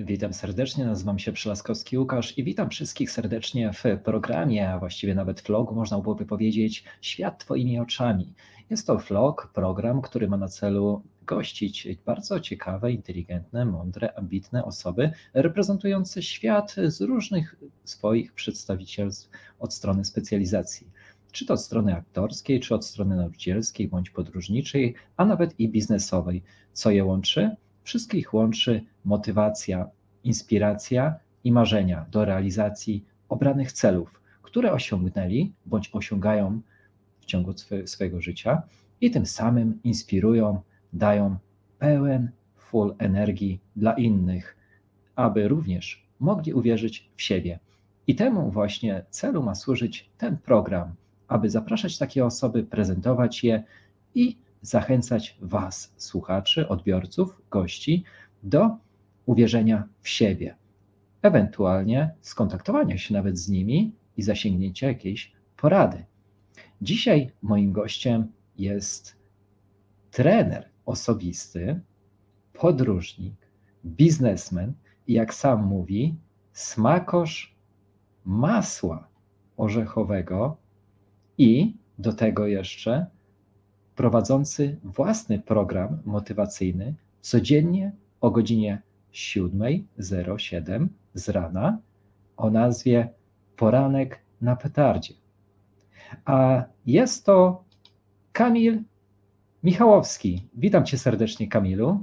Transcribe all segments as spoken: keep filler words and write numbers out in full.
Witam serdecznie, nazywam się Przylaskowski Łukasz i witam wszystkich serdecznie w programie, a właściwie nawet vlogu, można byłoby powiedzieć, Świat Twoimi oczami. Jest to vlog, program, który ma na celu gościć bardzo ciekawe, inteligentne, mądre, ambitne osoby reprezentujące świat z różnych swoich przedstawicielstw od strony specjalizacji. Czy to od strony aktorskiej, czy od strony nauczycielskiej, bądź podróżniczej, a nawet i biznesowej. Co je łączy? Wszystkich łączy motywacja, inspiracja i marzenia do realizacji obranych celów, które osiągnęli bądź osiągają w ciągu swojego życia i tym samym inspirują, dają pełen full energii dla innych, aby również mogli uwierzyć w siebie. I temu właśnie celu ma służyć ten program, aby zapraszać takie osoby, prezentować je i zachęcać Was, słuchaczy, odbiorców, gości, do uwierzenia w siebie, ewentualnie skontaktowania się nawet z nimi i zasięgnięcia jakiejś porady. Dzisiaj moim gościem jest trener osobisty, podróżnik, biznesmen i jak sam mówi, smakosz masła orzechowego i do tego jeszcze prowadzący własny program motywacyjny codziennie o godzinie siódmej zero siedem z rana o nazwie Poranek na petardzie. A jest to Kamil Michałowski. Witam Cię serdecznie, Kamilu.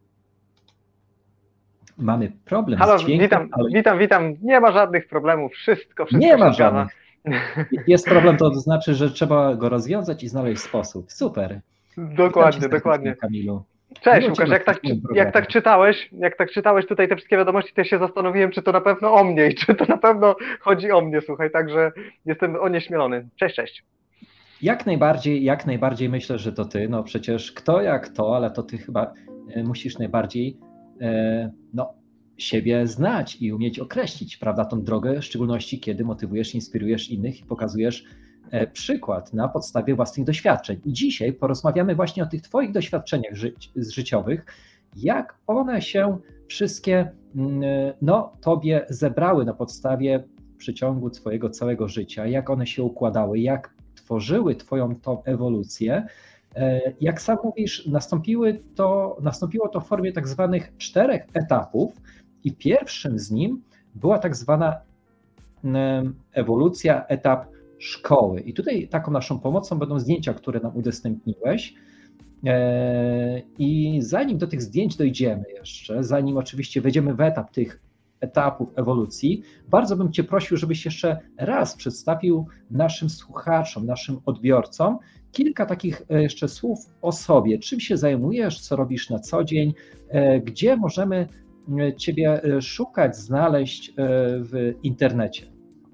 Mamy problem Halo, z dźwiękiem. witam, ale... witam, witam. Nie ma żadnych problemów. Wszystko, wszystko Nie ma się zgadza. żadnych. Jest problem, to znaczy, że trzeba go rozwiązać i znaleźć sposób. Super. Dokładnie, dokładnie. Kamilu. Cześć Łukasz, jak tak, jak tak czytałeś, jak tak czytałeś tutaj te wszystkie wiadomości, to ja się zastanowiłem, czy to na pewno o mnie i czy to na pewno chodzi o mnie, słuchaj, także jestem onieśmielony. Cześć, cześć. Jak najbardziej, jak najbardziej myślę, że to ty, no przecież kto jak to, ale to ty chyba musisz najbardziej no, siebie znać i umieć określić, prawda, tą drogę, w szczególności kiedy motywujesz, inspirujesz innych i pokazujesz przykład na podstawie własnych doświadczeń. I dzisiaj porozmawiamy właśnie o tych twoich doświadczeniach ży- życiowych, jak one się wszystkie no, tobie zebrały na podstawie w przeciągu twojego całego życia, jak one się układały, jak tworzyły twoją tą ewolucję. Jak sam mówisz, nastąpiły to, nastąpiło to w formie tak zwanych czterech etapów i pierwszym z nim była tak zwana ewolucja, etap szkoły. I tutaj taką naszą pomocą będą zdjęcia, które nam udostępniłeś. I zanim do tych zdjęć dojdziemy jeszcze, zanim oczywiście wejdziemy w etap tych etapów ewolucji, bardzo bym Cię prosił, żebyś jeszcze raz przedstawił naszym słuchaczom, naszym odbiorcom kilka takich jeszcze słów o sobie. Czym się zajmujesz, co robisz na co dzień, gdzie możemy Ciebie szukać, znaleźć w internecie.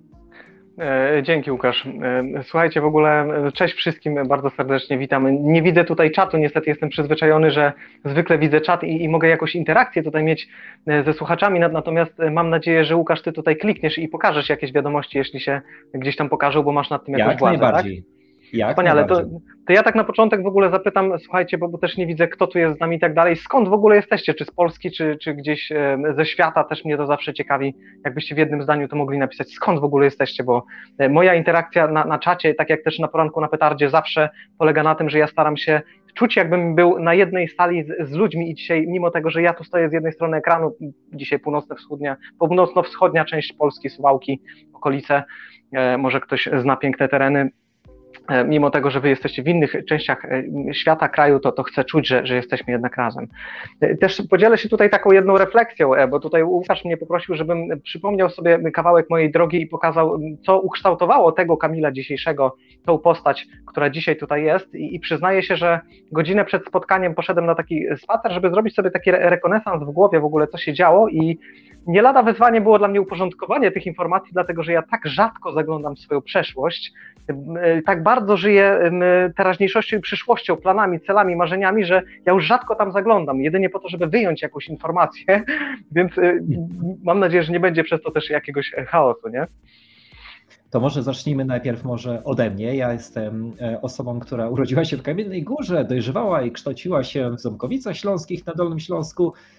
Dzięki Łukasz. Słuchajcie, w ogóle cześć wszystkim, bardzo serdecznie witamy. Nie widzę tutaj czatu, niestety jestem przyzwyczajony, że zwykle widzę czat i, i mogę jakąś interakcję tutaj mieć ze słuchaczami, natomiast mam nadzieję, że Łukasz, ty tutaj klikniesz i pokażesz jakieś wiadomości, jeśli się gdzieś tam pokażą, bo masz nad tym jakąś Jak władzę, najbardziej. Tak? Jak Wspaniale, to, to ja tak na początek w ogóle zapytam, słuchajcie, bo, bo też nie widzę, kto tu jest z nami i tak dalej, skąd w ogóle jesteście, czy z Polski, czy, czy gdzieś ze świata, też mnie to zawsze ciekawi, jakbyście w jednym zdaniu to mogli napisać, skąd w ogóle jesteście, bo moja interakcja na, na czacie, tak jak też na poranku na petardzie, zawsze polega na tym, że ja staram się czuć, jakbym był na jednej sali z, z ludźmi i dzisiaj, mimo tego, że ja tu stoję z jednej strony ekranu, dzisiaj północno-wschodnia, północno-wschodnia część Polski, Suwałki, okolice, e, może ktoś zna piękne tereny, mimo tego, że wy jesteście w innych częściach świata, kraju, to, to chcę czuć, że, że jesteśmy jednak razem. Też podzielę się tutaj taką jedną refleksją, bo tutaj Łukasz mnie poprosił, żebym przypomniał sobie kawałek mojej drogi i pokazał, co ukształtowało tego Kamila dzisiejszego, tą postać, która dzisiaj tutaj jest i, i przyznaję się, że godzinę przed spotkaniem poszedłem na taki spacer, żeby zrobić sobie taki rekonesans w głowie w ogóle, co się działo i nie lada wyzwanie było dla mnie uporządkowanie tych informacji, dlatego że ja tak rzadko zaglądam w swoją przeszłość, tak bardzo żyję teraźniejszością i przyszłością, planami, celami, marzeniami, że ja już rzadko tam zaglądam, jedynie po to, żeby wyjąć jakąś informację, więc mam nadzieję, że nie będzie przez to też jakiegoś chaosu, nie? To może zacznijmy najpierw może ode mnie. Ja jestem osobą, która urodziła się w Kamiennej Górze, dojrzewała i kształciła się w Ząbkowicach Śląskich na Dolnym Śląsku.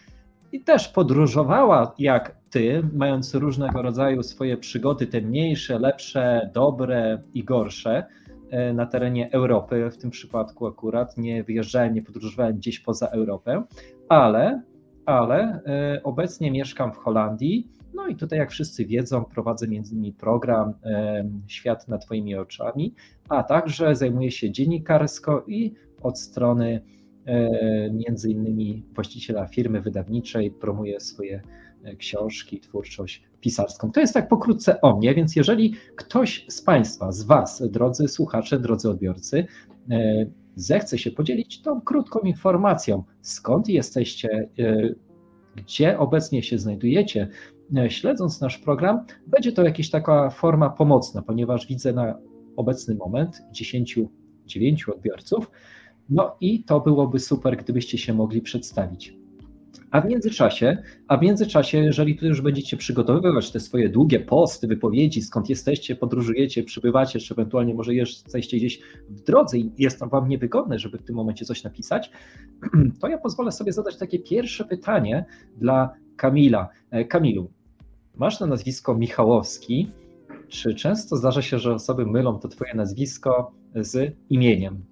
i też podróżowała jak ty, mając różnego rodzaju swoje przygody, te mniejsze, lepsze, dobre i gorsze na terenie Europy, w tym przypadku akurat nie wyjeżdżałem, nie podróżowałem gdzieś poza Europę, ale, ale obecnie mieszkam w Holandii. No i tutaj, jak wszyscy wiedzą, prowadzę między innymi program Świat nad Twoimi oczami, a także zajmuję się dziennikarsko i od strony między innymi właściciela firmy wydawniczej promuję swoje książki, twórczość pisarską. To jest tak pokrótce o mnie, więc jeżeli ktoś z Państwa, z Was, drodzy słuchacze, drodzy odbiorcy, zechce się podzielić tą krótką informacją, skąd jesteście, gdzie obecnie się znajdujecie, śledząc nasz program, będzie to jakaś taka forma pomocna, ponieważ widzę na obecny moment dziesięciu dziewięciu odbiorców, no i to byłoby super, gdybyście się mogli przedstawić. A w międzyczasie, a w międzyczasie, jeżeli tu już będziecie przygotowywać te swoje długie posty, wypowiedzi, skąd jesteście, podróżujecie, przybywacie, czy ewentualnie może jesteście gdzieś w drodze i jest wam niewygodne, żeby w tym momencie coś napisać, to ja pozwolę sobie zadać takie pierwsze pytanie dla Kamila. Kamilu, masz na nazwisko Michałowski. Czy często zdarza się, że osoby mylą to twoje nazwisko z imieniem?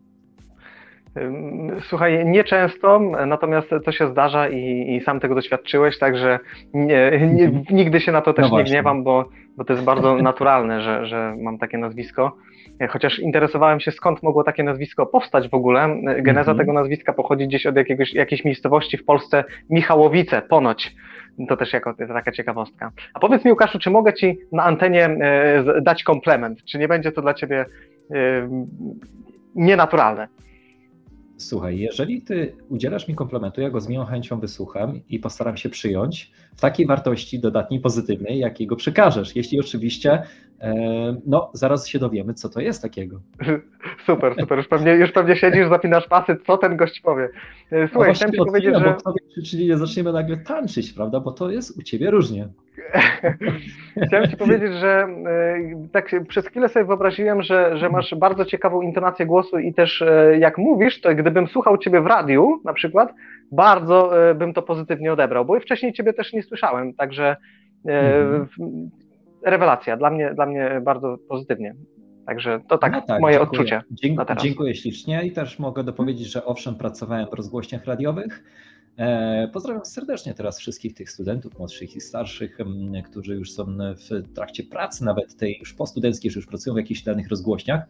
Słuchaj, nieczęsto, natomiast to się zdarza i, i sam tego doświadczyłeś, także nie, nie, nigdy się na to też no nie gniewam, bo, bo to jest bardzo naturalne, że, że mam takie nazwisko. Chociaż interesowałem się, skąd mogło takie nazwisko powstać w ogóle. Geneza mm-hmm. tego nazwiska pochodzi gdzieś od jakiegoś, jakiejś miejscowości w Polsce, Michałowice, ponoć. To też jako taka ciekawostka. A powiedz mi, Łukaszu, czy mogę Ci na antenie dać komplement? Czy nie będzie to dla Ciebie nienaturalne? Słuchaj, jeżeli ty udzielasz mi komplementu, ja go z miłą chęcią wysłucham i postaram się przyjąć w takiej wartości dodatniej, pozytywnej, jakiej go przekażesz. Jeśli oczywiście, no zaraz się dowiemy, co to jest takiego. Super, super. Już pewnie, już pewnie siedzisz, zapinasz pasy, co ten gość powie. Słuchaj, no chciałem Ci powiedzieć, chwilę, że... Bo kto, czyli nie zaczniemy nagle tańczyć, prawda, bo to jest u Ciebie różnie. Chciałem Ci powiedzieć, że tak przez chwilę sobie wyobraziłem, że, że masz bardzo ciekawą intonację głosu i też jak mówisz, to gdybym słuchał Ciebie w radiu na przykład, bardzo bym to pozytywnie odebrał, bo wcześniej Ciebie też nie słyszałem, także mhm. rewelacja, dla mnie, dla mnie bardzo pozytywnie. Także to tak, no tak moje dziękuję. odczucie. Dziękuję, dziękuję ślicznie i też mogę dopowiedzieć, że owszem, pracowałem w rozgłośniach radiowych. Pozdrawiam serdecznie teraz wszystkich tych studentów, młodszych i starszych, którzy już są w trakcie pracy, nawet tej już postudenckiej, że już pracują w jakichś danych rozgłośniach.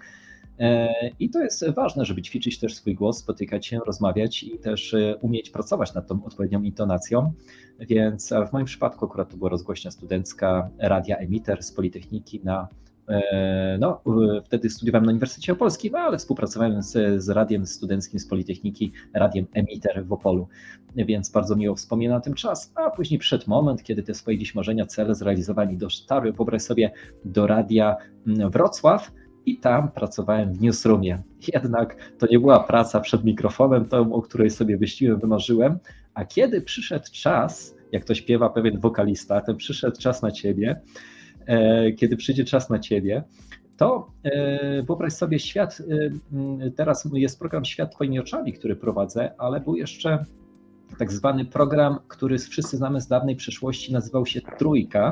I to jest ważne, żeby ćwiczyć też swój głos, spotykać się, rozmawiać i też umieć pracować nad tą odpowiednią intonacją. Więc w moim przypadku akurat to była rozgłośnia studencka Radia Emiter z Politechniki na No, wtedy studiowałem na Uniwersytecie Opolskim, ale współpracowałem z, z radiem studenckim z Politechniki, radiem Emiter w Opolu, więc bardzo miło wspominam ten czas, a później przyszedł moment, kiedy te swoje dziś marzenia, cele zrealizowali, dotarły, wyobraź sobie, do Radia Wrocław i tam pracowałem w newsroomie. Jednak to nie była praca przed mikrofonem, tą, o której sobie wyśniłem, wymarzyłem, a kiedy przyszedł czas, jak to śpiewa pewien wokalista, ten przyszedł czas na ciebie, kiedy przyjdzie czas na ciebie, to wyobraź sobie świat, teraz jest program Świat Twoimi oczami, który prowadzę, ale był jeszcze tak zwany program, który wszyscy znamy z dawnej przeszłości, nazywał się Trójka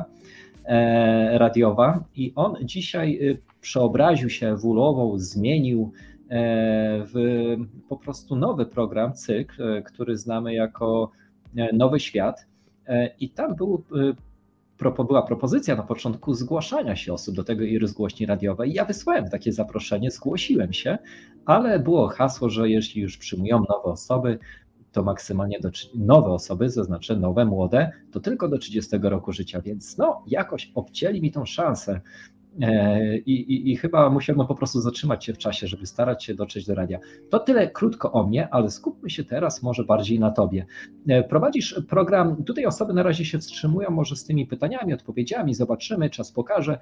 radiowa i on dzisiaj przeobraził się, ewoluował, zmienił w po prostu nowy program, cykl, który znamy jako Nowy Świat i tam był była propozycja na początku zgłaszania się osób do tej rozgłośni radiowej. Ja wysłałem takie zaproszenie, zgłosiłem się, ale było hasło, że jeśli już przyjmują nowe osoby, to maksymalnie do nowe osoby, zaznaczę nowe, młode, to tylko do trzydziestego roku życia, więc no jakoś obcięli mi tą szansę. I, i, I chyba musiałem po prostu zatrzymać się w czasie, żeby starać się dotrzeć do radia. To tyle krótko o mnie, ale skupmy się teraz może bardziej na tobie. Prowadzisz program, tutaj osoby na razie się wstrzymują może z tymi pytaniami, odpowiedziami, zobaczymy, czas pokaże,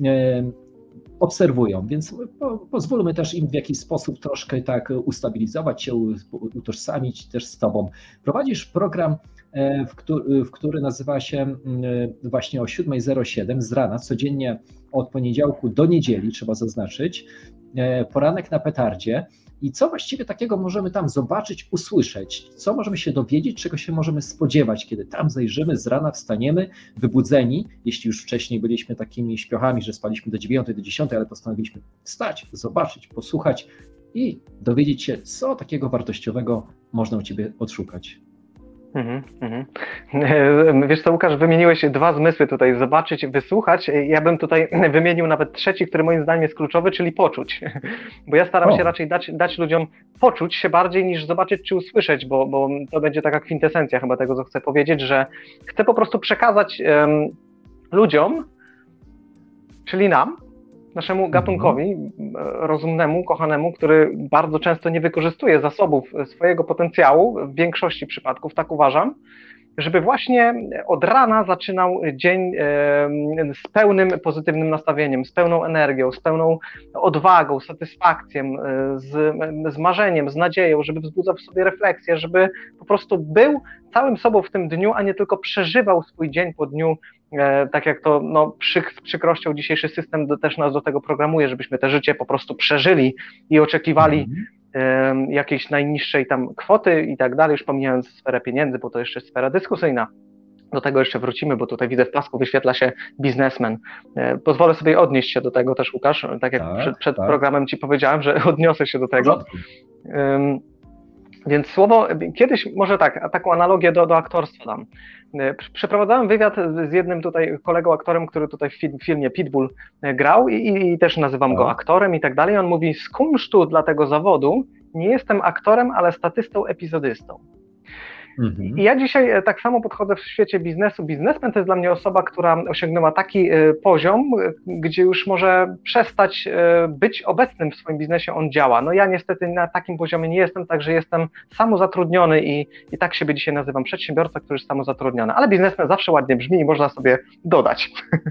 obserwują, więc po, pozwólmy też im w jakiś sposób troszkę tak ustabilizować się, utożsamić też z tobą. Prowadzisz program, w który, w który nazywa się właśnie o siódma zero siedem z rana, codziennie od poniedziałku do niedzieli, trzeba zaznaczyć, Poranek na petardzie. I co właściwie takiego możemy tam zobaczyć, usłyszeć? Co możemy się dowiedzieć, czego się możemy spodziewać, kiedy tam zajrzymy, z rana wstaniemy, wybudzeni, jeśli już wcześniej byliśmy takimi śpiochami, że spaliśmy do dziewiątej, do dziesiątej, ale postanowiliśmy wstać, zobaczyć, posłuchać i dowiedzieć się, co takiego wartościowego można u Ciebie odszukać. Mhm, mhm. Wiesz co, Łukasz, wymieniłeś dwa zmysły tutaj, zobaczyć, wysłuchać. Ja bym tutaj wymienił nawet trzeci, który moim zdaniem jest kluczowy, czyli poczuć. Bo ja staram O. się raczej dać, dać ludziom poczuć się bardziej niż zobaczyć czy usłyszeć, bo, bo to będzie taka kwintesencja chyba tego, co chcę powiedzieć, że chcę po prostu przekazać um, ludziom, czyli nam, naszemu gatunkowi rozumnemu, kochanemu, który bardzo często nie wykorzystuje zasobów swojego potencjału, w większości przypadków, tak uważam, żeby właśnie od rana zaczynał dzień z pełnym pozytywnym nastawieniem, z pełną energią, z pełną odwagą, satysfakcją, z, z marzeniem, z nadzieją, żeby wzbudzał w sobie refleksję, żeby po prostu był całym sobą w tym dniu, a nie tylko przeżywał swój dzień po dniu, tak jak to no, przy, z przykrością dzisiejszy system do, też nas do tego programuje, żebyśmy te życie po prostu przeżyli i oczekiwali mhm. jakiejś najniższej tam kwoty i tak dalej, już pomijając sferę pieniędzy, bo to jeszcze jest sfera dyskusyjna. Do tego jeszcze wrócimy, bo tutaj widzę w pasku wyświetla się biznesmen. Pozwolę sobie odnieść się do tego też, Łukasz, tak jak tak, przed, przed tak. programem Ci powiedziałem, że odniosę się do tego. Um, Więc słowo, kiedyś może tak, taką analogię do, do aktorstwa dam. Przeprowadzałem wywiad z jednym tutaj kolegą aktorem, który tutaj w filmie Pitbull grał i, i też nazywam tak. go aktorem i tak dalej. On mówi, z kunsztu dla tego zawodu nie jestem aktorem, ale statystą, epizodystą. Mhm. I ja dzisiaj tak samo podchodzę w świecie biznesu. Biznesmen to jest dla mnie osoba, która osiągnęła taki poziom, gdzie już może przestać być obecnym w swoim biznesie, on działa. No ja niestety na takim poziomie nie jestem, także jestem samozatrudniony i, i tak siebie dzisiaj nazywam, przedsiębiorca, który jest samozatrudniony. Ale biznesmen zawsze ładnie brzmi i można sobie dodać.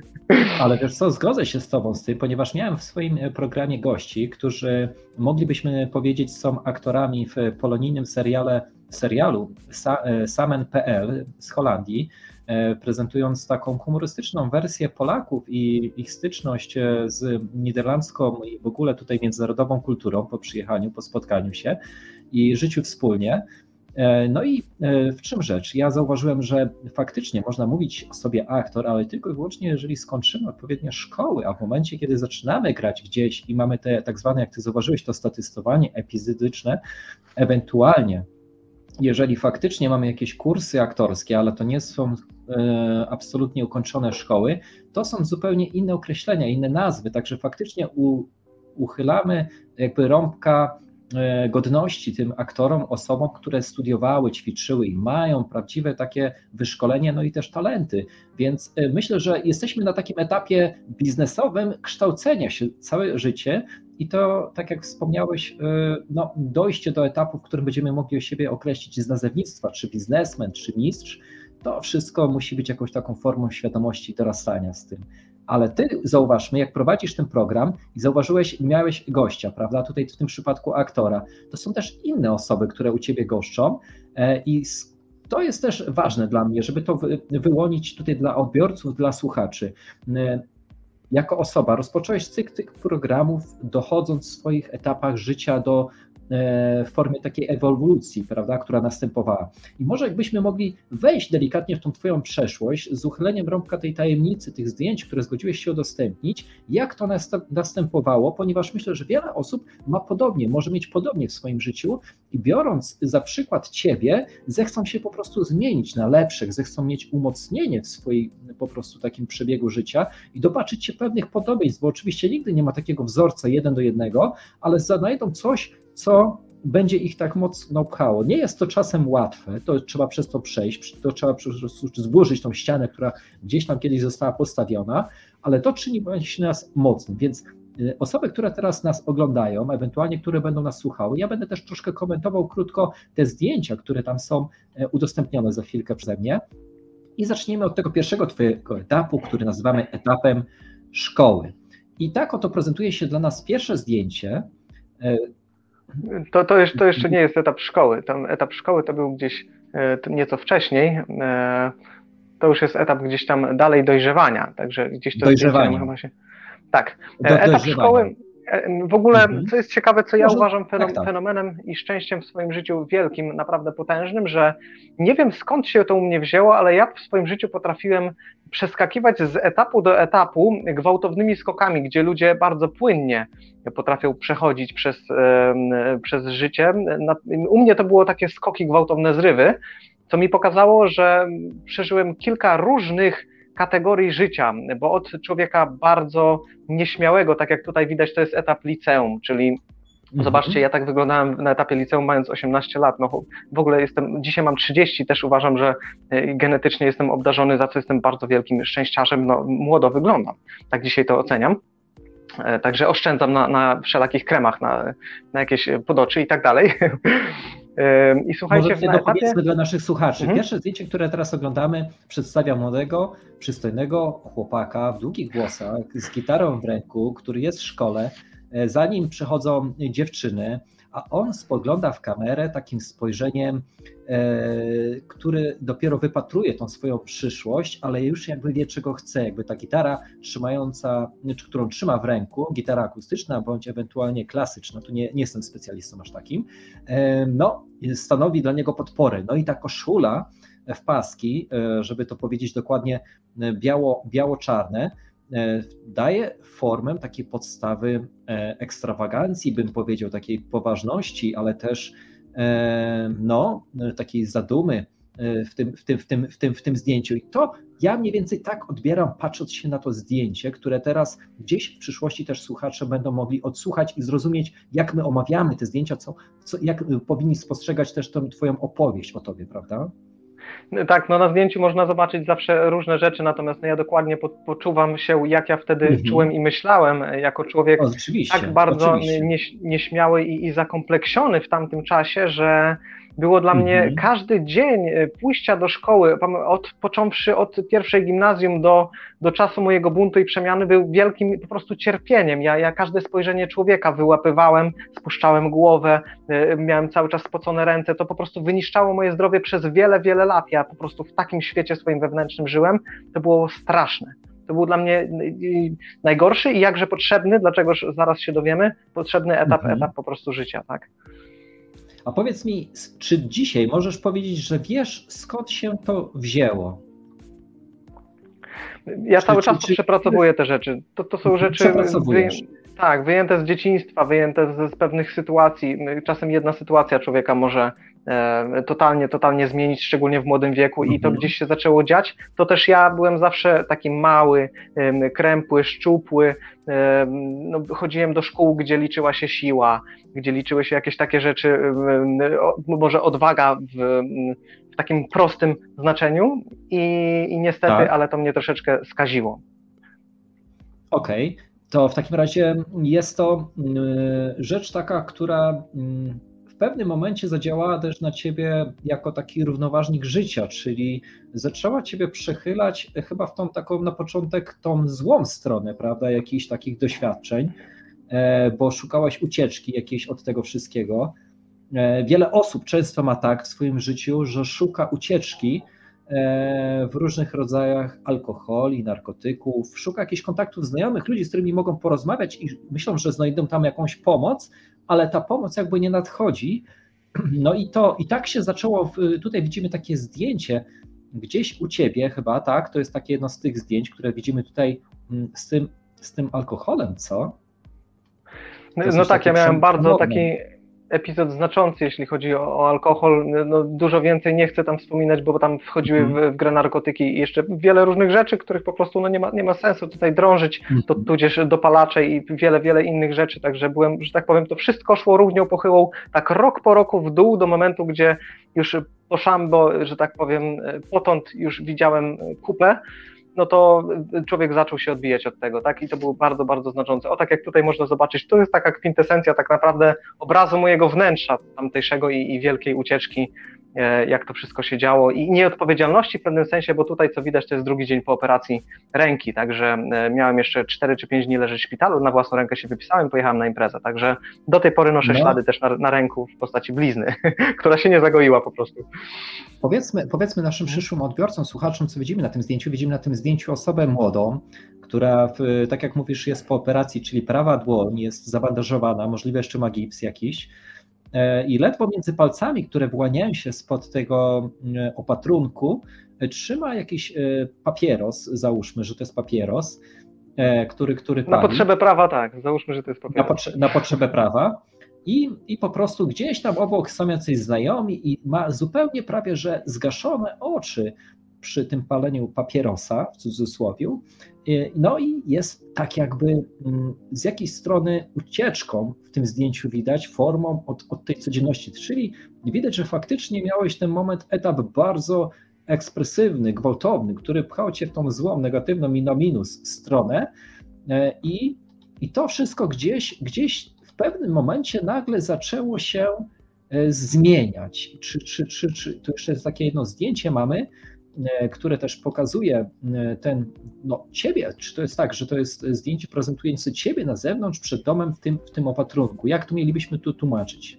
Ale wiesz co, zgodzę się z Tobą z tym, ponieważ miałem w swoim programie gości, którzy moglibyśmy powiedzieć są aktorami w polonijnym seriale serialu Samen kropka pe el z Holandii, prezentując taką humorystyczną wersję Polaków i ich styczność z niderlandzką i w ogóle tutaj międzynarodową kulturą po przyjechaniu, po spotkaniu się i życiu wspólnie. No i w czym rzecz? Ja zauważyłem, że faktycznie można mówić o sobie aktor, ale tylko i wyłącznie jeżeli skończymy odpowiednie szkoły, a w momencie, kiedy zaczynamy grać gdzieś i mamy te tak zwane, jak ty zauważyłeś, to statystowanie epizodyczne, ewentualnie jeżeli faktycznie mamy jakieś kursy aktorskie, ale to nie są e, absolutnie ukończone szkoły, to są zupełnie inne określenia, inne nazwy, także faktycznie u, uchylamy jakby rąbka e, godności tym aktorom, osobom, które studiowały, ćwiczyły i mają prawdziwe takie wyszkolenie, no i też talenty, więc e, myślę, że jesteśmy na takim etapie biznesowym kształcenia się całe życie. I to, tak jak wspomniałeś, no, dojście do etapu, w którym będziemy mogli siebie określić z nazewnictwa, czy biznesmen, czy mistrz, to wszystko musi być jakąś taką formą świadomości dorastania z tym. Ale ty zauważmy, jak prowadzisz ten program i zauważyłeś, miałeś gościa, prawda, tutaj w tym przypadku aktora, to są też inne osoby, które u ciebie goszczą i to jest też ważne dla mnie, żeby to wyłonić tutaj dla odbiorców, dla słuchaczy. Jako osoba rozpocząłeś cykl tych programów, dochodząc w swoich etapach życia do w formie takiej ewolucji, prawda, która następowała. I może jakbyśmy mogli wejść delikatnie w tą twoją przeszłość z uchyleniem rąbka tej tajemnicy, tych zdjęć, które zgodziłeś się udostępnić, jak to następowało, ponieważ myślę, że wiele osób ma podobnie, może mieć podobnie w swoim życiu i biorąc za przykład ciebie, zechcą się po prostu zmienić na lepszych, zechcą mieć umocnienie w swoim po prostu takim przebiegu życia i zobaczyć się pewnych podobieństw, bo oczywiście nigdy nie ma takiego wzorca jeden do jednego, ale znajdą coś, co będzie ich tak mocno pchało. Nie jest to czasem łatwe, to trzeba przez to przejść, to trzeba po prostu zburzyć tą ścianę, która gdzieś tam kiedyś została postawiona, ale to czyni właśnie nas mocnym, więc osoby, które teraz nas oglądają, ewentualnie które będą nas słuchały, ja będę też troszkę komentował krótko te zdjęcia, które tam są udostępnione za chwilkę przeze mnie i zaczniemy od tego pierwszego twojego etapu, który nazywamy etapem szkoły. I tak oto prezentuje się dla nas pierwsze zdjęcie. To, to, jeszcze, to jeszcze nie jest etap szkoły. Ten etap szkoły to był gdzieś nieco wcześniej. To już jest etap gdzieś tam dalej dojrzewania. Także gdzieś to dojrzewania. Chyba się... Tak. Do, etap szkoły. W ogóle, Mhm. co jest ciekawe, co ja Może uważam fenom, tak, tak. fenomenem i szczęściem w swoim życiu wielkim, naprawdę potężnym, że nie wiem skąd się to u mnie wzięło, ale ja w swoim życiu potrafiłem przeskakiwać z etapu do etapu gwałtownymi skokami, gdzie ludzie bardzo płynnie potrafią przechodzić przez, przez życie. U mnie to było takie skoki, gwałtowne zrywy, co mi pokazało, że przeżyłem kilka różnych kategorii życia, bo od człowieka bardzo nieśmiałego, tak jak tutaj widać, to jest etap liceum, czyli Mhm. zobaczcie, ja tak wyglądałem na etapie liceum mając osiemnaście lat, no w ogóle jestem, dzisiaj mam trzydzieści, też uważam, że genetycznie jestem obdarzony, za co jestem bardzo wielkim szczęściarzem, no młodo wyglądam, tak dzisiaj to oceniam. Także oszczędzam na, na wszelakich kremach, na, na jakieś podoczy i tak dalej. I słuchajcie, Może na etapie... powiedzmy dla naszych słuchaczy. Mhm. Pierwsze zdjęcie, które teraz oglądamy, przedstawia młodego, przystojnego chłopaka w długich włosach, z gitarą w ręku, który jest w szkole. Za nim przychodzą dziewczyny, a on spogląda w kamerę takim spojrzeniem, e, który dopiero wypatruje tą swoją przyszłość, ale już jakby wie, czego chce. Jakby ta gitara trzymająca, czy którą trzyma w ręku, gitara akustyczna bądź ewentualnie klasyczna, tu nie, nie jestem specjalistą aż takim, e, no stanowi dla niego podporę. No i ta koszula w paski, e, żeby to powiedzieć dokładnie, biało, biało-czarne, daje formę takiej podstawy ekstrawagancji, bym powiedział, takiej poważności, ale też no, takiej zadumy w tym, w tym, w tym, w tym, w tym zdjęciu. I to ja mniej więcej tak odbieram, patrząc się na to zdjęcie, które teraz gdzieś w przyszłości też słuchacze będą mogli odsłuchać i zrozumieć, jak my omawiamy te zdjęcia, co, co, jak powinni spostrzegać też tą twoją opowieść o tobie, prawda? Tak, no na zdjęciu można zobaczyć zawsze różne rzeczy, natomiast no ja dokładnie po, poczuwam się, jak ja wtedy Mhm. czułem i myślałem jako człowiek O, oczywiście, tak bardzo oczywiście. nie, nieśmiały i, i zakompleksiony w tamtym czasie, że było dla Mhm. mnie każdy dzień pójścia do szkoły, od, począwszy od pierwszej gimnazjum do, do czasu mojego buntu i przemiany, był wielkim po prostu cierpieniem. Ja, ja każde spojrzenie człowieka wyłapywałem, spuszczałem głowę, miałem cały czas spocone ręce, to po prostu wyniszczało moje zdrowie przez wiele, wiele lat. Ja po prostu w takim świecie swoim wewnętrznym żyłem, to było straszne. To był dla mnie najgorszy i jakże potrzebny, dlaczegoż zaraz się dowiemy, potrzebny etap, Mhm. etap po prostu życia, tak? A powiedz mi, czy dzisiaj możesz powiedzieć, że wiesz, skąd się to wzięło? Ja Czy- cały czy- czas czy- przepracowuję te rzeczy. To, to są Mhm, rzeczy wy, przepracowujesz. tak, wyjęte z dzieciństwa, wyjęte z, z pewnych sytuacji. Czasem jedna sytuacja człowieka może e, totalnie, totalnie zmienić, szczególnie w młodym wieku i to Mhm. gdzieś się zaczęło dziać. To też ja byłem zawsze taki mały, e, krępły, szczupły. E, no, chodziłem do szkół, gdzie liczyła się siła, gdzie liczyły się jakieś takie rzeczy, e, o, może odwaga w, w takim prostym znaczeniu i, i niestety, Tak. ale to mnie troszeczkę skaziło. Okej, to w takim razie jest to y, rzecz taka, która y, w pewnym momencie zadziałała też na ciebie jako taki równoważnik życia, czyli zaczęła ciebie przechylać chyba w tą taką na początek tą złą stronę, prawda, jakichś takich doświadczeń, e, bo szukałaś ucieczki jakiejś od tego wszystkiego. E, Wiele osób często ma tak w swoim życiu, że szuka ucieczki e, w różnych rodzajach alkoholi, narkotyków, szuka jakichś kontaktów znajomych, ludzi, z którymi mogą porozmawiać i myślą, że znajdą tam jakąś pomoc, ale ta pomoc jakby nie nadchodzi. No i to i tak się zaczęło, w- tutaj widzimy takie zdjęcie gdzieś u ciebie chyba, tak? To jest takie jedno z tych zdjęć, które widzimy tutaj mm, z tym, z tym alkoholem, co? To jest No coś tak, ja takie miałem bardzo przełomowe. taki epizod znaczący, jeśli chodzi o, o alkohol. No, dużo więcej nie chcę tam wspominać, bo tam wchodziły Mhm. w, w grę narkotyki i jeszcze wiele różnych rzeczy, których po prostu no, nie ma, nie ma sensu tutaj drążyć, to, Mhm. tudzież dopalacze i wiele, wiele innych rzeczy. Także byłem, że tak powiem, to wszystko szło równią pochyłą, tak rok po roku w dół do momentu, gdzie już po szambo, że tak powiem, potąd już widziałem kupę. No to człowiek zaczął się odbijać od tego, tak? I to było bardzo, bardzo znaczące. O, tak jak tutaj można zobaczyć, to jest taka kwintesencja tak naprawdę obrazu mojego wnętrza tamtejszego i, i wielkiej ucieczki jak to wszystko się działo i nieodpowiedzialności w pewnym sensie, bo tutaj co widać to jest drugi dzień po operacji ręki, także miałem jeszcze cztery czy pięć dni leżeć w szpitalu, na własną rękę się wypisałem, pojechałem na imprezę, także do tej pory noszę no. ślady też na, na ręku w postaci blizny, która się nie zagoiła po prostu. Powiedzmy, powiedzmy naszym przyszłym odbiorcom, słuchaczom, co widzimy na tym zdjęciu. Widzimy na tym zdjęciu osobę młodą, która, w, tak jak mówisz, jest po operacji, czyli prawa dłoń jest zabandażowana, możliwe jeszcze ma gips jakiś i ledwo między palcami, które wyłaniają się spod tego opatrunku, trzyma jakiś papieros, załóżmy, że to jest papieros, który, który pali. Na potrzebę prawa, tak, załóżmy, że to jest papieros. Na, potrze- na potrzebę prawa. I, I po prostu gdzieś tam obok są jacyś znajomi i ma zupełnie prawie że zgaszone oczy przy tym paleniu papierosa, w cudzysłowie. No i jest tak jakby z jakiejś strony ucieczką w tym zdjęciu widać, formą od, od tej codzienności. Czyli widać, że faktycznie miałeś ten moment, etap bardzo ekspresywny, gwałtowny, który pchał cię w tą złą, negatywną i na minus stronę i, i to wszystko gdzieś, gdzieś w pewnym momencie nagle zaczęło się zmieniać. Czy, czy, czy, czy, to jeszcze jest takie jedno zdjęcie mamy, które też pokazuje ten, no ciebie, czy to jest tak, że to jest zdjęcie prezentujące ciebie na zewnątrz, przed domem w tym, w tym opatrunku. Jak to mielibyśmy tu tłumaczyć?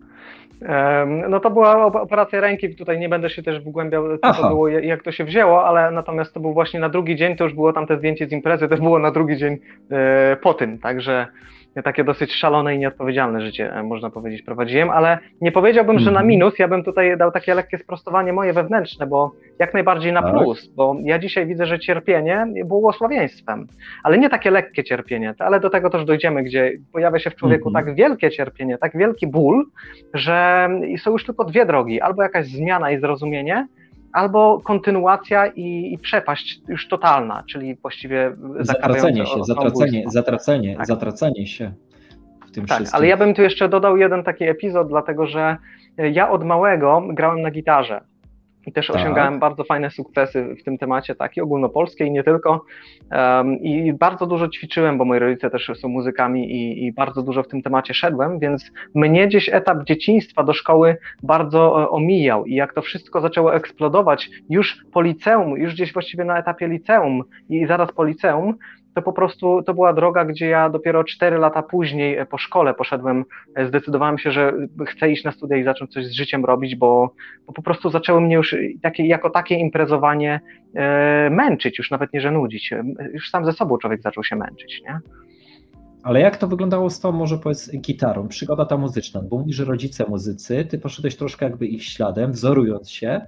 No to była operacja ręki, tutaj nie będę się też wgłębiał, co Aha. to było, jak to się wzięło, ale natomiast to był właśnie na drugi dzień, to już było tamte zdjęcie z imprezy, to było na drugi dzień po tym, także takie dosyć szalone i nieodpowiedzialne życie, można powiedzieć, prowadziłem, ale nie powiedziałbym, że na minus, ja bym tutaj dał takie lekkie sprostowanie moje wewnętrzne, bo jak najbardziej na plus, bo ja dzisiaj widzę, że cierpienie było błogosławieństwem, ale nie takie lekkie cierpienie, ale do tego też dojdziemy, gdzie pojawia się w człowieku mm-hmm. tak wielkie cierpienie, tak wielki ból, że są już tylko dwie drogi, albo jakaś zmiana i zrozumienie, albo kontynuacja i, i przepaść już totalna, czyli właściwie zatracenie się, o, zatracenie, zatracenie, tak. zatracenie się w tym tak, wszystkim. Ale ja bym tu jeszcze dodał jeden taki epizod, dlatego że ja od małego grałem na gitarze i też tak. osiągałem bardzo fajne sukcesy w tym temacie, takie ogólnopolskie i nie tylko. Um, I bardzo dużo ćwiczyłem, bo moi rodzice też są muzykami i, i bardzo dużo w tym temacie szedłem, więc mnie gdzieś etap dzieciństwa do szkoły bardzo omijał i jak to wszystko zaczęło eksplodować już po liceum, już gdzieś właściwie na etapie liceum i zaraz po liceum, to po prostu to była droga, gdzie ja dopiero cztery lata później po szkole poszedłem, zdecydowałem się, że chcę iść na studia i zacząć coś z życiem robić, bo, bo po prostu zaczęły mnie już takie, jako takie imprezowanie e, męczyć, już nawet nie, że nudzić, już sam ze sobą człowiek zaczął się męczyć, nie? Ale jak to wyglądało z tą, może powiedz, gitarą, przygoda ta muzyczna, bo mówisz, że rodzice muzycy, ty poszedłeś troszkę jakby ich śladem, wzorując się,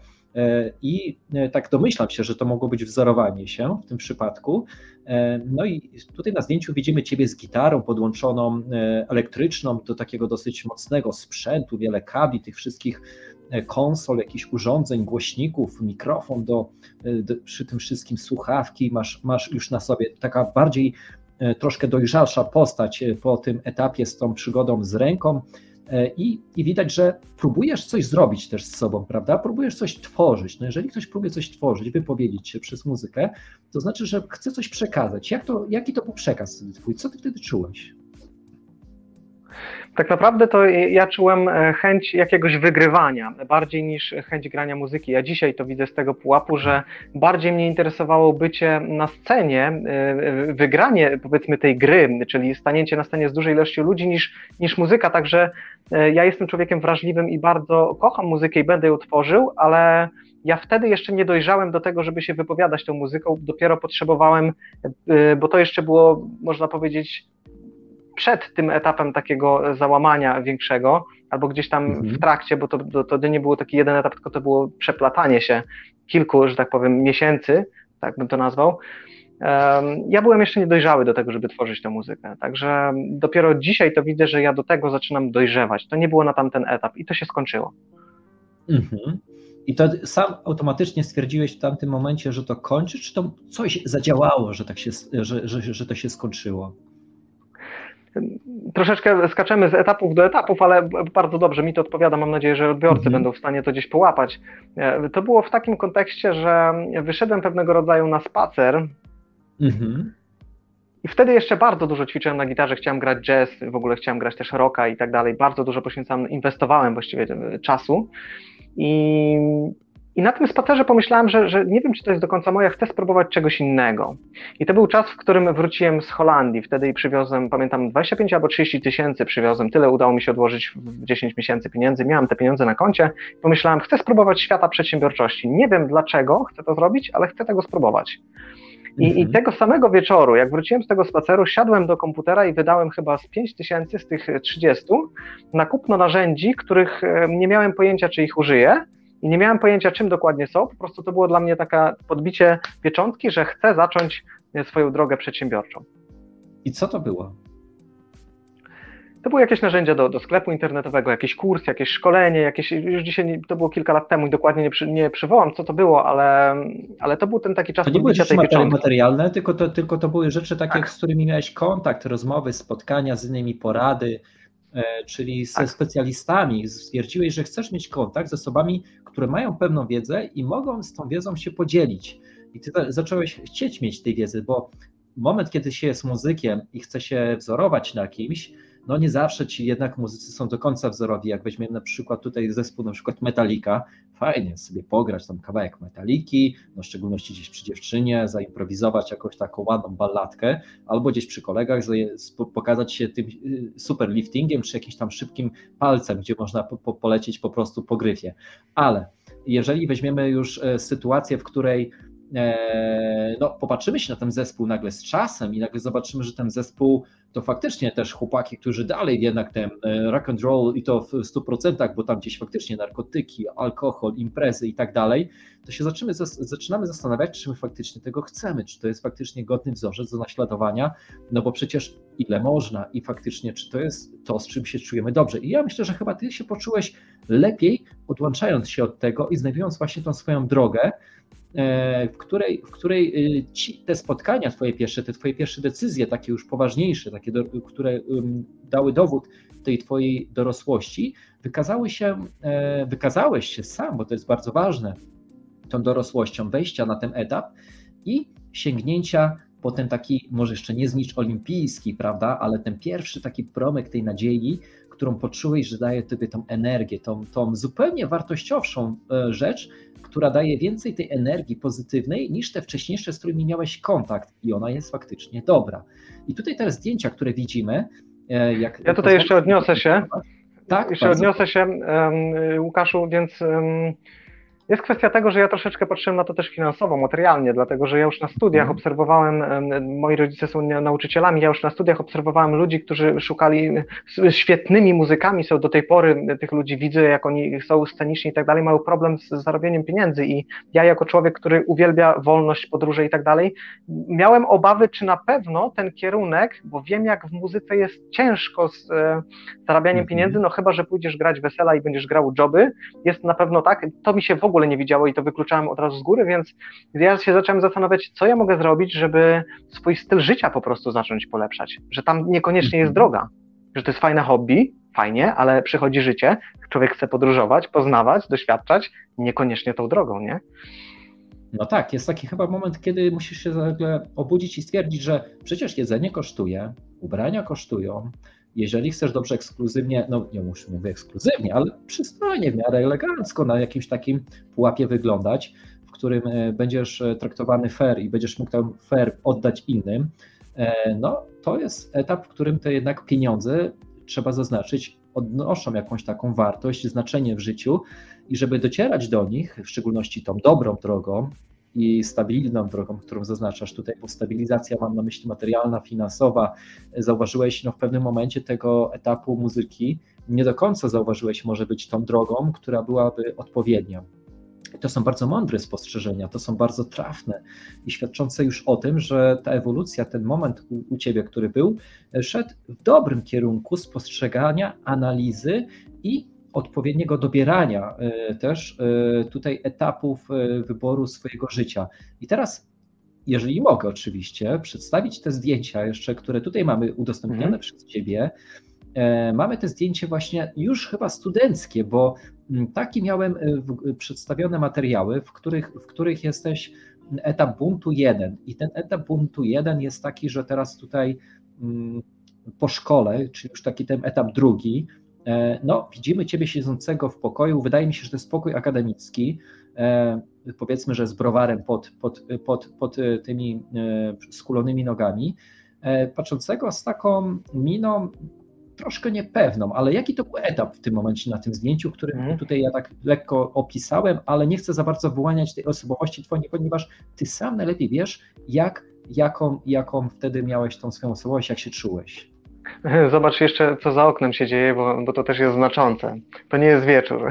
i tak domyślam się, że to mogło być wzorowanie się w tym przypadku. No i tutaj na zdjęciu widzimy ciebie z gitarą podłączoną elektryczną do takiego dosyć mocnego sprzętu, wiele kabli, tych wszystkich konsol, jakichś urządzeń, głośników, mikrofon do, do przy tym wszystkim słuchawki, masz, masz już na sobie taka bardziej troszkę dojrzalsza postać po tym etapie z tą przygodą z ręką. I, I widać, że próbujesz coś zrobić też z sobą, prawda? Próbujesz coś tworzyć. No jeżeli ktoś próbuje coś tworzyć, wypowiedzieć się przez muzykę, to znaczy, że chce coś przekazać. Jak to, jaki to był przekaz wtedy twój? Co ty wtedy czułeś? Tak naprawdę to ja czułem chęć jakiegoś wygrywania, bardziej niż chęć grania muzyki. Ja dzisiaj to widzę z tego pułapu, że bardziej mnie interesowało bycie na scenie, wygranie powiedzmy tej gry, czyli stanięcie na scenie z dużej ilości ludzi niż, niż muzyka. Także ja jestem człowiekiem wrażliwym i bardzo kocham muzykę i będę ją tworzył, ale ja wtedy jeszcze nie dojrzałem do tego, żeby się wypowiadać tą muzyką. Dopiero potrzebowałem, bo to jeszcze było, można powiedzieć, przed tym etapem takiego załamania większego, albo gdzieś tam mhm. w trakcie, bo to, to, to nie było taki jeden etap, tylko to było przeplatanie się kilku, że tak powiem, miesięcy, tak bym to nazwał. Um, ja byłem jeszcze niedojrzały do tego, żeby tworzyć tę muzykę, także dopiero dzisiaj to widzę, że ja do tego zaczynam dojrzewać. To nie było na tamten etap i to się skończyło. Mhm. I to sam automatycznie stwierdziłeś w tamtym momencie, że to kończy, czy to coś zadziałało, że, tak się, że, że, że to się skończyło? Troszeczkę skaczemy z etapów do etapów, ale bardzo dobrze mi to odpowiada. Mam nadzieję, że odbiorcy mhm. będą w stanie to gdzieś połapać. To było w takim kontekście, że wyszedłem pewnego rodzaju na spacer mhm. i wtedy jeszcze bardzo dużo ćwiczyłem na gitarze. Chciałem grać jazz, w ogóle chciałem grać też rocka i tak dalej. Bardzo dużo poświęcałem, inwestowałem właściwie czasu. I, i na tym spacerze pomyślałem, że, że nie wiem, czy to jest do końca moje, chcę spróbować czegoś innego. I to był czas, w którym wróciłem z Holandii, wtedy i przywiozłem, pamiętam, dwadzieścia pięć albo trzydzieści tysięcy przywiozłem, tyle udało mi się odłożyć w dziesięć miesięcy pieniędzy, miałem te pieniądze na koncie, pomyślałem, chcę spróbować świata przedsiębiorczości. Nie wiem dlaczego chcę to zrobić, ale chcę tego spróbować. I, Mhm. I tego samego wieczoru, jak wróciłem z tego spaceru, siadłem do komputera i wydałem chyba z pięć tysięcy z tych trzydziestu na kupno narzędzi, których nie miałem pojęcia, czy ich użyję i nie miałem pojęcia, czym dokładnie są. Po prostu to było dla mnie takie podbicie pieczątki, że chcę zacząć swoją drogę przedsiębiorczą. I co to było? To były jakieś narzędzia do, do sklepu internetowego, jakiś kurs, jakieś szkolenie, jakieś, już dzisiaj to było kilka lat temu i dokładnie nie, przy, nie przywołam, co to było, ale, ale to był ten taki czas To nie były podbicia rzeczy tej materi- pieczątki. materialne, tylko to, tylko to były rzeczy takie, Tak. z którymi miałeś kontakt, rozmowy, spotkania z innymi, porady, e, czyli ze Tak. specjalistami. Stwierdziłeś, że chcesz mieć kontakt z osobami, które mają pewną wiedzę i mogą z tą wiedzą się podzielić. I ty za- zacząłeś chcieć mieć tej wiedzy, bo moment, kiedy się jest muzykiem i chce się wzorować na kimś, no nie zawsze ci jednak muzycy są do końca wzorowi. Jak weźmiemy na przykład tutaj zespół na przykład Metallica, fajnie sobie pograć tam kawałek Metalliki, no w szczególności gdzieś przy dziewczynie, zaimprowizować jakąś taką ładną balladkę, albo gdzieś przy kolegach pokazać się tym super liftingiem, czy jakimś tam szybkim palcem, gdzie można po, po, polecieć po prostu po gryfie. Ale jeżeli weźmiemy już sytuację, w której no, popatrzymy się na ten zespół nagle z czasem i nagle zobaczymy, że ten zespół to faktycznie też chłopaki, którzy dalej jednak ten rock and roll i to w stu procentach, bo tam gdzieś faktycznie narkotyki, alkohol, imprezy i tak dalej, to się zaczynamy, zaczynamy zastanawiać, czy my faktycznie tego chcemy, czy to jest faktycznie godny wzorzec do naśladowania, no bo przecież ile można i faktycznie, czy to jest to, z czym się czujemy dobrze. I ja myślę, że chyba ty się poczułeś lepiej, odłączając się od tego i znajdując właśnie tą swoją drogę, w której, w której ci te spotkania twoje pierwsze, te twoje pierwsze decyzje, takie już poważniejsze, takie, do, które dały dowód tej twojej dorosłości, wykazały się, wykazałeś się sam, bo to jest bardzo ważne, tą dorosłością, wejścia na ten etap i sięgnięcia po ten taki, może jeszcze nie znicz olimpijski, prawda, ale ten pierwszy taki promyk tej nadziei, którą poczułeś, że daje tobie tą energię, tą, tą zupełnie wartościowszą rzecz, która daje więcej tej energii pozytywnej niż te wcześniejsze, z którymi miałeś kontakt i ona jest faktycznie dobra. I tutaj te zdjęcia, które widzimy, jak... Ja tutaj jeszcze odniosę się, tak, jeszcze bardzo. odniosę się, um, Łukaszu, więc um, jest kwestia tego, że ja troszeczkę patrzyłem na to też finansowo, materialnie, dlatego że ja już na studiach Mhm. obserwowałem, um, moi rodzice są nauczycielami, ja już na studiach obserwowałem ludzi, którzy szukali, świetnymi muzykami są do tej pory, tych ludzi widzę, jak oni są sceniczni i tak dalej, mają problem z zarobieniem pieniędzy i ja jako człowiek, który uwielbia wolność, podróże i tak dalej, miałem obawy, czy na pewno ten kierunek, bo wiem, jak w muzyce jest ciężko z e, zarabianiem Mhm. pieniędzy, no chyba, że pójdziesz grać wesela i będziesz grał joby, jest na pewno tak, to mi się w ogóle nie widziało i to wykluczałem od razu z góry, więc ja się zacząłem zastanawiać, co ja mogę zrobić, żeby swój styl życia po prostu zacząć polepszać, że tam niekoniecznie jest droga, że to jest fajne hobby, fajnie, ale przychodzi życie, człowiek chce podróżować, poznawać, doświadczać, niekoniecznie tą drogą, nie? No tak, jest taki chyba moment, kiedy musisz się nagle obudzić i stwierdzić, że przecież jedzenie kosztuje, ubrania kosztują. Jeżeli chcesz dobrze ekskluzywnie, no nie muszę mówić ekskluzywnie, ale przystojnie, w miarę elegancko na jakimś takim pułapie wyglądać, w którym będziesz traktowany fair i będziesz mógł tam fair oddać innym, no to jest etap, w którym te jednak pieniądze, trzeba zaznaczyć, odnoszą jakąś taką wartość, znaczenie w życiu i żeby docierać do nich, w szczególności tą dobrą drogą i stabilną drogą, którą zaznaczasz tutaj, bo stabilizacja mam na myśli materialna, finansowa, zauważyłeś no, w pewnym momencie tego etapu muzyki, nie do końca zauważyłeś może być tą drogą, która byłaby odpowiednią. To są bardzo mądre spostrzeżenia, to są bardzo trafne i świadczące już o tym, że ta ewolucja, ten moment u, u ciebie, który był, szedł w dobrym kierunku spostrzegania, analizy i odpowiedniego dobierania też tutaj etapów wyboru swojego życia. I teraz, jeżeli mogę oczywiście, przedstawić te zdjęcia jeszcze, które tutaj mamy udostępnione mhm. przez ciebie. Mamy te zdjęcie właśnie już chyba studenckie, bo takie miałem przedstawione materiały, w których, w których jesteś etap buntu jeden i ten etap buntu jeden jest taki, że teraz tutaj po szkole, czyli już taki ten etap drugi, no widzimy Ciebie siedzącego w pokoju, wydaje mi się, że to jest pokój akademicki, powiedzmy, że z browarem pod, pod, pod, pod tymi skulonymi nogami, patrzącego z taką miną troszkę niepewną, ale jaki to był etap w tym momencie na tym zdjęciu, który Mhm. tutaj ja tak lekko opisałem, ale nie chcę za bardzo wyłaniać tej osobowości Twojej, ponieważ Ty sam najlepiej wiesz, jak, jaką, jaką wtedy miałeś tą swoją osobowość, jak się czułeś. Zobacz jeszcze, co za oknem się dzieje, bo, bo to też jest znaczące. To nie jest wieczór.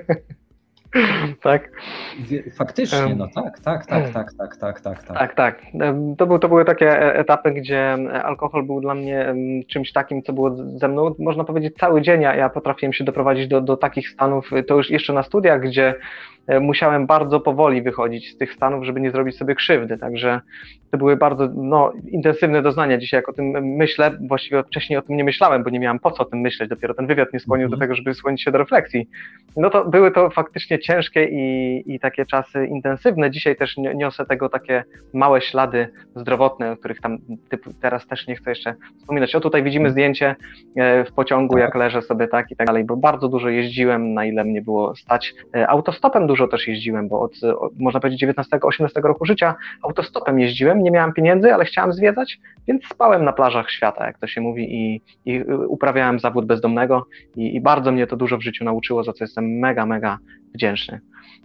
Tak? Faktycznie, no tak, tak, tak, tak, tak, tak, tak, tak. Tak, tak. To, był, to były takie etapy, gdzie alkohol był dla mnie czymś takim, co było ze mną, można powiedzieć, cały dzień. Ja potrafiłem się doprowadzić do, do takich stanów, to już jeszcze na studiach, gdzie musiałem bardzo powoli wychodzić z tych stanów, żeby nie zrobić sobie krzywdy. Także to były bardzo no, intensywne doznania. Dzisiaj jak o tym myślę, właściwie wcześniej o tym nie myślałem, bo nie miałem po co o tym myśleć. Dopiero ten wywiad mnie skłonił mm-hmm. do tego, żeby skłonić się do refleksji. No to były to faktycznie ciężkie i, i takie czasy intensywne. Dzisiaj też niosę tego takie małe ślady zdrowotne, o których tam typu, teraz też nie chcę jeszcze wspominać. O, tutaj widzimy zdjęcie w pociągu, jak leżę sobie tak i tak dalej, bo bardzo dużo jeździłem, na ile mnie było stać. Autostopem dużo też jeździłem, bo od, od można powiedzieć dziewiętnastego osiemnastego roku życia autostopem jeździłem, nie miałem pieniędzy, ale chciałem zwiedzać, więc spałem na plażach świata, jak to się mówi, i, i uprawiałem zawód bezdomnego i, i bardzo mnie to dużo w życiu nauczyło, za co jestem mega, mega wdzięczny.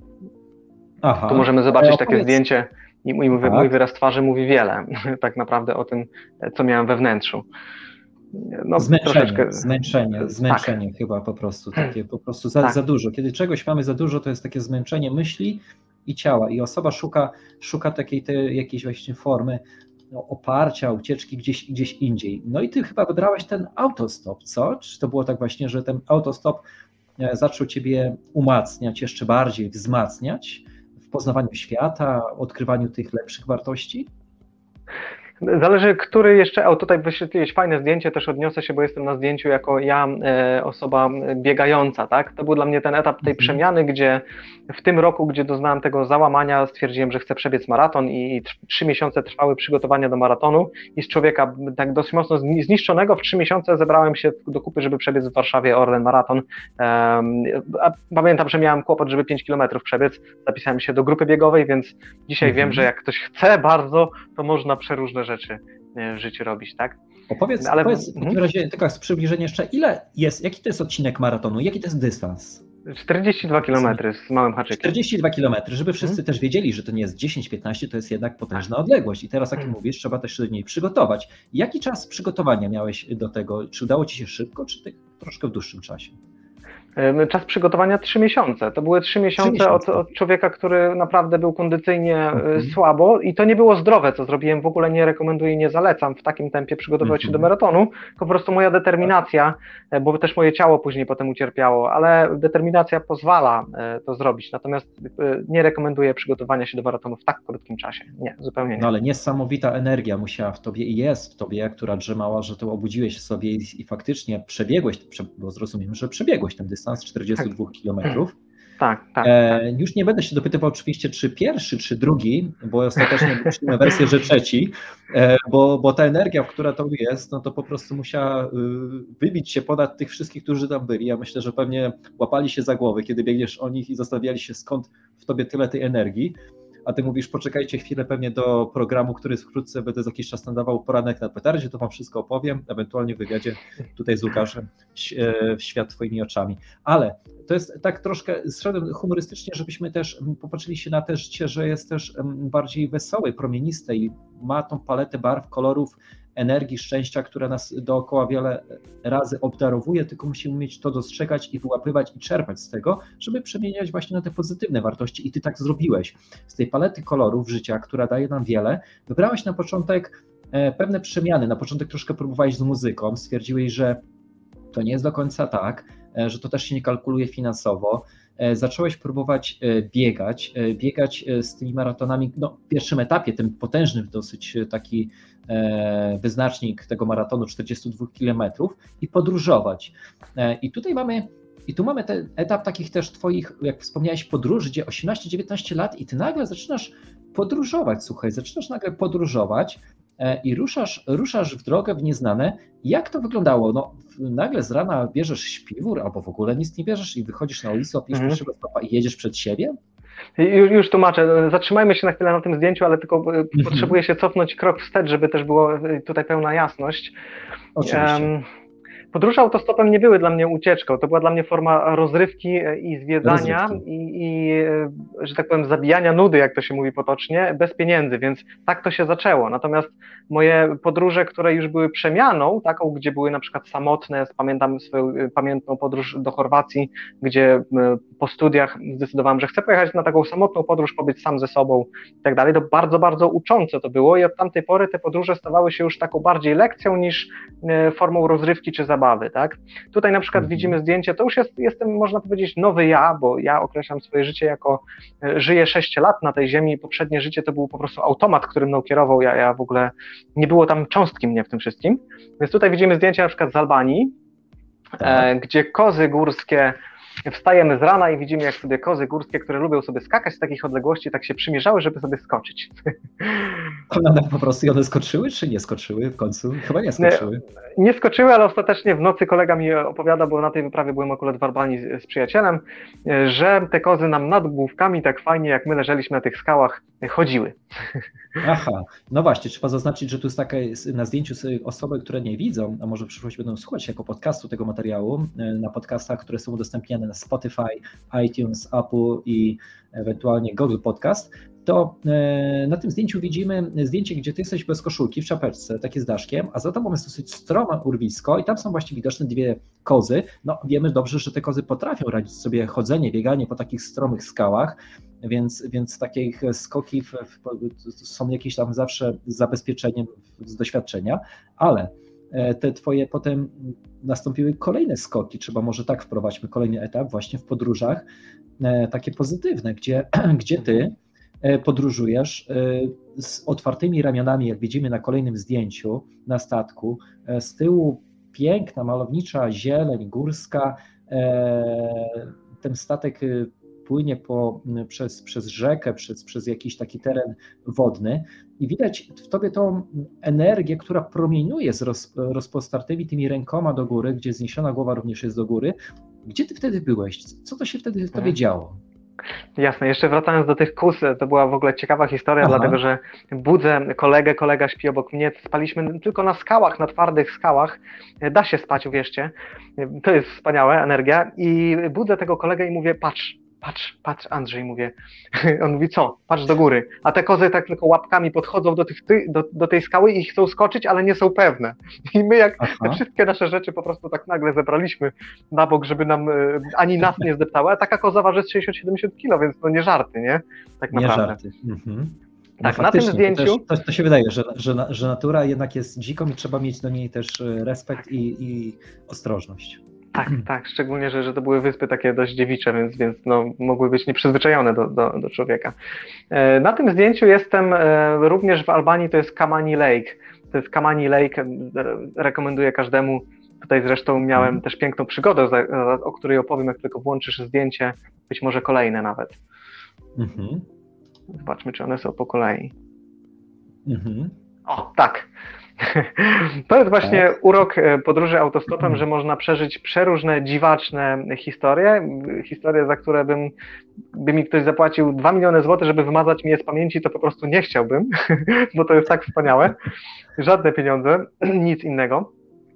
Aha, tu możemy zobaczyć takie zdjęcie i mój, tak. mój wyraz twarzy mówi wiele tak naprawdę o tym, co miałem we wnętrzu. No, zmęczenie, troszeczkę... zmęczenie, zmęczenie tak. chyba po prostu, takie po prostu za, tak. za dużo. Kiedy czegoś mamy za dużo, to jest takie zmęczenie myśli i ciała i osoba szuka, szuka takiej tej, jakiejś właśnie formy no, oparcia, ucieczki gdzieś, gdzieś indziej. No i ty chyba wybrałeś ten autostop, co? Czy to było tak właśnie, że ten autostop zaczął ciebie umacniać, jeszcze bardziej wzmacniać w poznawaniu świata, odkrywaniu tych lepszych wartości? Zależy, który jeszcze, o tutaj wyświetliłeś fajne zdjęcie, też odniosę się, bo jestem na zdjęciu jako ja, e, osoba biegająca, tak? To był dla mnie ten etap tej przemiany, gdzie w tym roku, gdzie doznałem tego załamania, stwierdziłem, że chcę przebiec maraton i trzy miesiące trwały przygotowania do maratonu i z człowieka tak dosyć mocno zniszczonego w trzy miesiące zebrałem się do kupy, żeby przebiec w Warszawie Orlen Maraton. A pamiętam, że miałem kłopot, żeby pięć kilometrów przebiec, zapisałem się do grupy biegowej, więc dzisiaj mhm. wiem, że jak ktoś chce bardzo, to można przeróżne rzeczy w życiu robić, tak? Opowiedz, Ale... opowiedz w takim razie, tylko z przybliżenia jeszcze, ile jest, jaki to jest odcinek maratonu, jaki to jest dystans? czterdzieści dwa kilometry z małym haczykiem. czterdzieści dwa kilometry, żeby wszyscy hmm. też wiedzieli, że to nie jest dziesięć piętnaście, to jest jednak potężna odległość i teraz, jak hmm. mówisz, trzeba też się do niej przygotować. Jaki czas przygotowania miałeś do tego? Czy udało ci się szybko, czy troszkę w dłuższym czasie? Czas przygotowania trzy miesiące. To były trzy miesiące, trzy miesiące. Od, od człowieka, który naprawdę był kondycyjnie mhm. słabo i to nie było zdrowe, co zrobiłem. W ogóle nie rekomenduję i nie zalecam w takim tempie przygotowywać mhm. się do maratonu. Po prostu moja determinacja, bo też moje ciało później potem ucierpiało, ale determinacja pozwala to zrobić. Natomiast nie rekomenduję przygotowania się do maratonu w tak krótkim czasie. Nie, zupełnie nie. No ale niesamowita energia musiała w tobie i jest w tobie, która drzemała, że to obudziłeś sobie i, i faktycznie przebiegłeś, bo zrozumiem, że przebiegłeś ten dystans czterdzieści dwa kilometrów. Tak, tak, e, tak. Już nie będę się dopytywał oczywiście, czy pierwszy, czy drugi, bo ostatecznie przyjmę wersję, że trzeci, e, bo, bo ta energia, która tam jest, no to po prostu musiała y, wybić się ponad tych wszystkich, którzy tam byli. Ja myślę, że pewnie łapali się za głowy, kiedy biegniesz o nich i zastanawiali się, skąd w tobie tyle tej energii. A ty mówisz, poczekajcie chwilę pewnie do programu, który wkrótce będę za jakiś czas nadawał poranek na petardzie, to wam wszystko opowiem, ewentualnie w wywiadzie tutaj z Łukaszem w świat twoimi oczami. Ale to jest tak troszkę zszedłem humorystycznie, żebyśmy też popatrzyli się na te życie, że jest też bardziej wesołe, promieniste i ma tą paletę barw, kolorów, energii, szczęścia, która nas dookoła wiele razy obdarowuje, tylko musimy umieć to dostrzegać i wyłapywać i czerpać z tego, żeby przemieniać właśnie na te pozytywne wartości i ty tak zrobiłeś. Z tej palety kolorów życia, która daje nam wiele, wybrałeś na początek pewne przemiany, na początek troszkę próbowałeś z muzyką, stwierdziłeś, że to nie jest do końca tak, że to też się nie kalkuluje finansowo. Zacząłeś próbować biegać, biegać z tymi maratonami, no w pierwszym etapie, tym potężnym dosyć taki wyznacznik tego maratonu czterdzieści dwa kilometrów i podróżować. I tutaj mamy, i tu mamy ten etap takich też twoich, jak wspomniałeś, podróży, gdzie osiemnaście dziewiętnaście lat i ty nagle zaczynasz podróżować, słuchaj, zaczynasz nagle podróżować i ruszasz, ruszasz w drogę w nieznane. Jak to wyglądało? No, nagle z rana bierzesz śpiwór albo w ogóle nic nie bierzesz i wychodzisz na ulicę, opijesz Mhm. pierwszego stopa i jedziesz przed siebie? Już, już tłumaczę, zatrzymajmy się na chwilę na tym zdjęciu, ale tylko mhm. potrzebuję się cofnąć krok wstecz, żeby też było tutaj pełna jasność. Oczywiście. Um, Podróże autostopem nie były dla mnie ucieczką, to była dla mnie forma rozrywki i zwiedzania Rozrywki. i, i, że tak powiem, zabijania nudy, jak to się mówi potocznie, bez pieniędzy, więc tak to się zaczęło. Natomiast moje podróże, które już były przemianą, taką, gdzie były na przykład samotne, pamiętam swoją pamiętną podróż do Chorwacji, gdzie po studiach zdecydowałem, że chcę pojechać na taką samotną podróż, pobyć sam ze sobą i tak dalej, to bardzo, bardzo uczące to było i od tamtej pory te podróże stawały się już taką bardziej lekcją niż formą rozrywki czy zabawy. Tak? Tutaj na przykład mhm. widzimy zdjęcie, to już jest, jestem, można powiedzieć, nowy ja, bo ja określam swoje życie jako żyję sześć lat na tej ziemi, poprzednie życie to był po prostu automat, który mną kierował, ja, ja w ogóle nie było tam cząstki mnie w tym wszystkim, więc tutaj widzimy zdjęcie na przykład z Albanii, tak. e, gdzie kozy górskie, wstajemy z rana i widzimy, jak sobie kozy górskie, które lubią sobie skakać z takich odległości, tak się przymierzały, żeby sobie skoczyć. One po prostu i one skoczyły, czy nie skoczyły w końcu? Chyba nie skoczyły. Nie, nie skoczyły, ale ostatecznie w nocy kolega mi opowiada, bo na tej wyprawie byłem akurat w Albanii z, z przyjacielem, że te kozy nam nad główkami tak fajnie, jak my leżeliśmy na tych skałach, chodziły. Aha, no właśnie, trzeba zaznaczyć, że tu jest taka na zdjęciu osoby, które nie widzą, a może w przyszłości będą słuchać jako podcastu tego materiału, na podcastach, które są udostępniane na Spotify, iTunes, Apple i ewentualnie Google Podcast, to na tym zdjęciu widzimy zdjęcie, gdzie ty jesteś bez koszulki, w czapeczce, takie z daszkiem, a za tobą jest dosyć strome urwisko i tam są właśnie widoczne dwie kozy. No wiemy dobrze, że te kozy potrafią radzić sobie chodzenie, bieganie po takich stromych skałach, więc, więc takich skoki w, w, są jakieś tam zawsze z zabezpieczeniem z doświadczenia, ale te twoje potem nastąpiły kolejne skoki, trzeba może tak wprowadźmy kolejny etap właśnie w podróżach, takie pozytywne, gdzie, gdzie ty podróżujesz z otwartymi ramionami, jak widzimy na kolejnym zdjęciu na statku, z tyłu piękna, malownicza zieleń górska, ten statek płynie po, przez, przez rzekę, przez, przez jakiś taki teren wodny i widać w tobie tą energię, która promieniuje z roz, rozpostartymi tymi rękoma do góry, gdzie zniesiona głowa również jest do góry. Gdzie ty wtedy byłeś? Co to się wtedy w tobie działo? Jasne, jeszcze wracając do tych kus, to była w ogóle ciekawa historia, Aha. dlatego że budzę kolegę, kolega śpi obok mnie, spaliśmy tylko na skałach, na twardych skałach, da się spać, uwierzcie, to jest wspaniałe, energia i budzę tego kolegę i mówię, patrz, patrz, patrz Andrzej, mówię, on mówi co, patrz do góry, a te kozy tak tylko łapkami podchodzą do, tych, do, do tej skały i chcą skoczyć, ale nie są pewne i my jak Aha. te wszystkie nasze rzeczy po prostu tak nagle zebraliśmy na bok, żeby nam ani nas nie zdeptały, a taka koza waży sześćdziesiąt siedemdziesiąt kilo, więc to nie żarty, nie? Tak nie naprawdę. Żarty. Mhm. Tak, no na tym zdjęciu... To, też, to, to się wydaje, że, że, że natura jednak jest dziką i trzeba mieć do niej też respekt i, i ostrożność. Tak, tak, szczególnie, że, że to były wyspy takie dość dziewicze, więc, więc no, mogły być nieprzyzwyczajone do, do, do człowieka. Na tym zdjęciu jestem również w Albanii, to jest Kamani Lake. To jest Kamani Lake, rekomenduję każdemu. Tutaj zresztą miałem hmm. też piękną przygodę, o której opowiem, jak tylko włączysz zdjęcie, być może kolejne nawet. Mhm. Zobaczmy, czy one są po kolei. Mhm. O, tak. To jest właśnie tak. urok podróży autostopem, mhm. że można przeżyć przeróżne, dziwaczne historie. Historie, za które bym, by mi ktoś zapłacił dwa miliony złotych, żeby wymazać mi je z pamięci, to po prostu nie chciałbym, bo to jest tak wspaniałe. Żadne pieniądze, nic innego.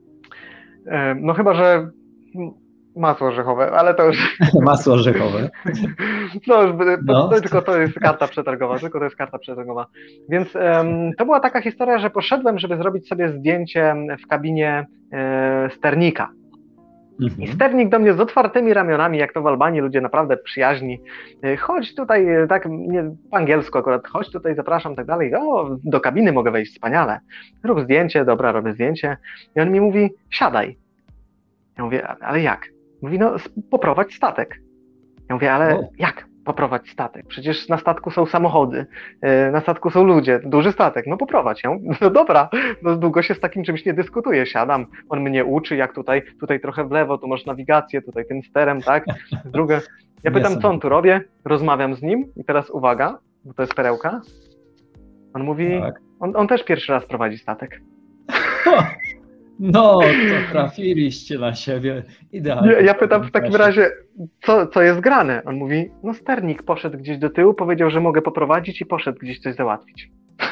No chyba, że masło orzechowe, ale to już... Masło orzechowe. No, już, no. To, tylko to jest karta przetargowa, tylko to jest karta przetargowa. Więc um, to była taka historia, że poszedłem, żeby zrobić sobie zdjęcie w kabinie e, sternika. Mhm. I sternik do mnie z otwartymi ramionami, jak to w Albanii, ludzie naprawdę przyjaźni. Chodź tutaj, tak nie, po angielsku akurat, chodź tutaj, zapraszam, tak dalej. O, do kabiny mogę wejść, wspaniale. Rób zdjęcie, dobra, robię zdjęcie. I on mi mówi, siadaj. Ja mówię, ale jak? Mówi, no poprowadź statek. Ja mówię, ale o. jak poprowadź statek? Przecież na statku są samochody, na statku są ludzie, duży statek, no poprowadź. Ja mówię, no dobra, no długo się z takim czymś nie dyskutuje, siadam, on mnie uczy, jak tutaj, tutaj trochę w lewo, tu masz nawigację, tutaj tym sterem, tak? Drugie. Ja pytam, co on tu robię, rozmawiam z nim i teraz uwaga, bo to jest perełka. On mówi, tak. On, on też pierwszy raz prowadzi statek. No, to trafiliście na siebie. Idealnie. Ja, ja pytam w takim razie, co, co jest grane? On mówi, no sternik poszedł gdzieś do tyłu, powiedział, że mogę poprowadzić i poszedł gdzieś coś załatwić.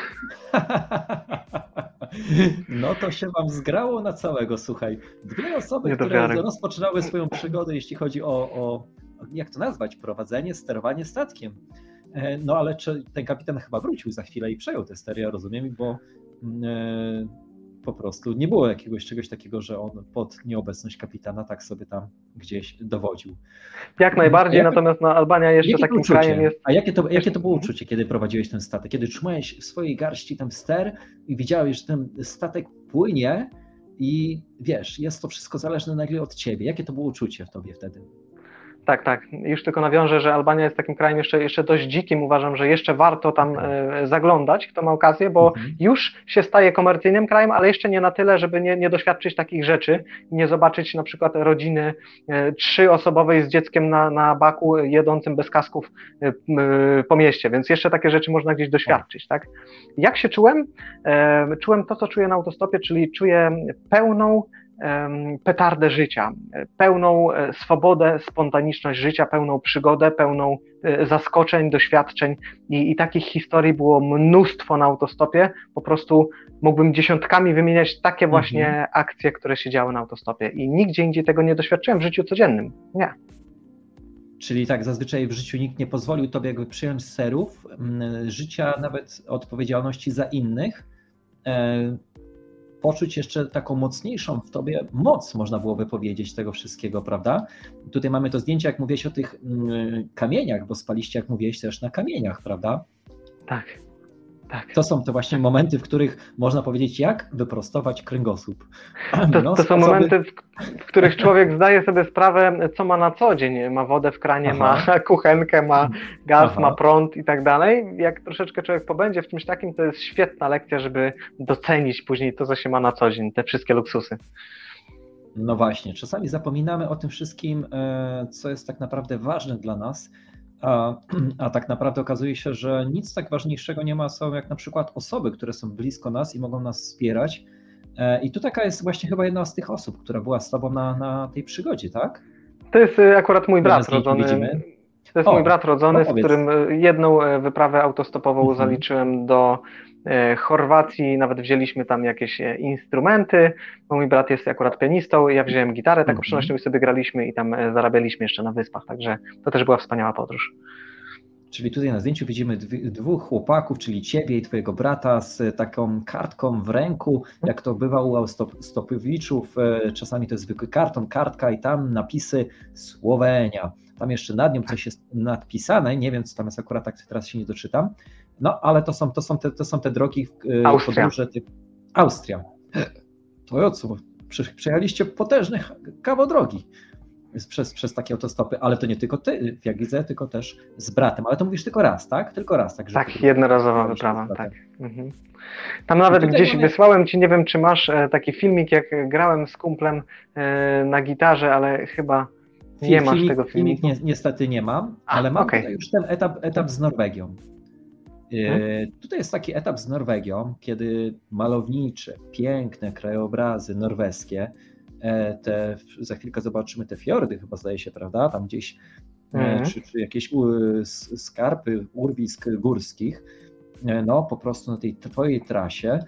No to się wam zgrało na całego, słuchaj. Dwie osoby, Nie do które wiary. rozpoczynały swoją przygodę, jeśli chodzi o, o, jak to nazwać, prowadzenie, sterowanie statkiem. E, No ale czy ten kapitan chyba wrócił za chwilę i przejął tę sterę, ja rozumiem, bo e, po prostu nie było jakiegoś czegoś takiego, że on pod nieobecność kapitana tak sobie tam gdzieś dowodził. Jak najbardziej, Jak- natomiast no, Albania jeszcze Jakie takim uczucie? krajem jest... A jakie to, jakie to było uczucie, kiedy prowadziłeś ten statek? Kiedy trzymałeś w swojej garści ten ster i widziałeś, że ten statek płynie i wiesz, jest to wszystko zależne nagle od ciebie. Jakie to było uczucie w tobie wtedy? Tak, tak. Już tylko nawiążę, że Albania jest takim krajem jeszcze, jeszcze dość dzikim. Uważam, że jeszcze warto tam e, zaglądać, kto ma okazję, bo Mhm. już się staje komercyjnym krajem, ale jeszcze nie na tyle, żeby nie, nie doświadczyć takich rzeczy, nie zobaczyć na przykład rodziny e, trzyosobowej z dzieckiem na, na baku jedącym bez kasków e, e, po mieście, więc jeszcze takie rzeczy można gdzieś doświadczyć. Tak? Jak się czułem? E, czułem to, co czuję na autostopie, czyli czuję pełną petardę życia, pełną swobodę, spontaniczność życia, pełną przygodę, pełną zaskoczeń, doświadczeń i, i takich historii było mnóstwo na autostopie. Po prostu mógłbym dziesiątkami wymieniać takie właśnie mhm. akcje, które się działy na autostopie i nigdzie indziej tego nie doświadczyłem w życiu codziennym. Nie. Czyli tak, zazwyczaj w życiu nikt nie pozwolił tobie jakby przyjąć serów, życia, nawet odpowiedzialności za innych, poczuć jeszcze taką mocniejszą w tobie moc, można byłoby powiedzieć, tego wszystkiego, prawda? Tutaj mamy to zdjęcie, jak mówiłeś o tych kamieniach, bo spaliście, jak mówiłeś, też na kamieniach, prawda? Tak, tak. To są te właśnie momenty, w których można powiedzieć, jak wyprostować kręgosłup. To, no, to są momenty, w, w których człowiek zdaje sobie sprawę, co ma na co dzień. Ma wodę w kranie, Aha. ma kuchenkę, ma gaz, Aha. ma prąd i tak dalej. Jak troszeczkę człowiek pobędzie w czymś takim, to jest świetna lekcja, żeby docenić później to, co się ma na co dzień, te wszystkie luksusy. No właśnie, czasami zapominamy o tym wszystkim, co jest tak naprawdę ważne dla nas, A, a tak naprawdę okazuje się, że nic tak ważniejszego nie ma, są jak na przykład osoby, które są blisko nas i mogą nas wspierać. I tu taka jest właśnie chyba jedna z tych osób, która była z tobą na, na tej przygodzie, tak? To jest akurat mój brat rodzony. Widzimy. To jest o, mój brat rodzony, z którym jedną wyprawę autostopową mhm. zaliczyłem do Chorwacji, nawet wzięliśmy tam jakieś instrumenty, bo mój brat jest akurat pianistą, ja wziąłem gitarę taką przenośną i sobie graliśmy i tam zarabialiśmy jeszcze na wyspach, także to też była wspaniała podróż. Czyli tutaj na zdjęciu widzimy dwóch chłopaków, czyli ciebie i twojego brata z taką kartką w ręku, jak to bywa u autostopowiczów, czasami to jest zwykły karton, kartka i tam napisy Słowenia. Tam jeszcze nad nią coś jest nadpisane, nie wiem co tam jest akurat, tak teraz się nie doczytam. No, ale to są, to są, te, to są te drogi Austria. podróże typu Austria. To co? Przejechaliście potężny kawał drogi przez, przez takie autostopy, ale to nie tylko ty, jak widzę, tylko też z bratem. Ale to mówisz tylko raz, tak? Tylko raz. Tak, tak jednorazowa wyprawa, tak. Mhm. Tam nawet I gdzieś mamy... wysłałem ci, nie wiem czy masz taki filmik, jak grałem z kumplem na gitarze, ale chyba nie Film, masz filmik, tego filmiku. Filmik ni niestety nie mam, A, ale mam okay. tutaj już ten etap, etap z Norwegią. Hmm? Tutaj jest taki etap z Norwegią, kiedy malownicze, piękne krajobrazy norweskie, te, za chwilkę zobaczymy te fiordy, chyba zdaje się, prawda, tam gdzieś, hmm. czy, czy jakieś skarpy urwisk górskich, no po prostu na tej twojej trasie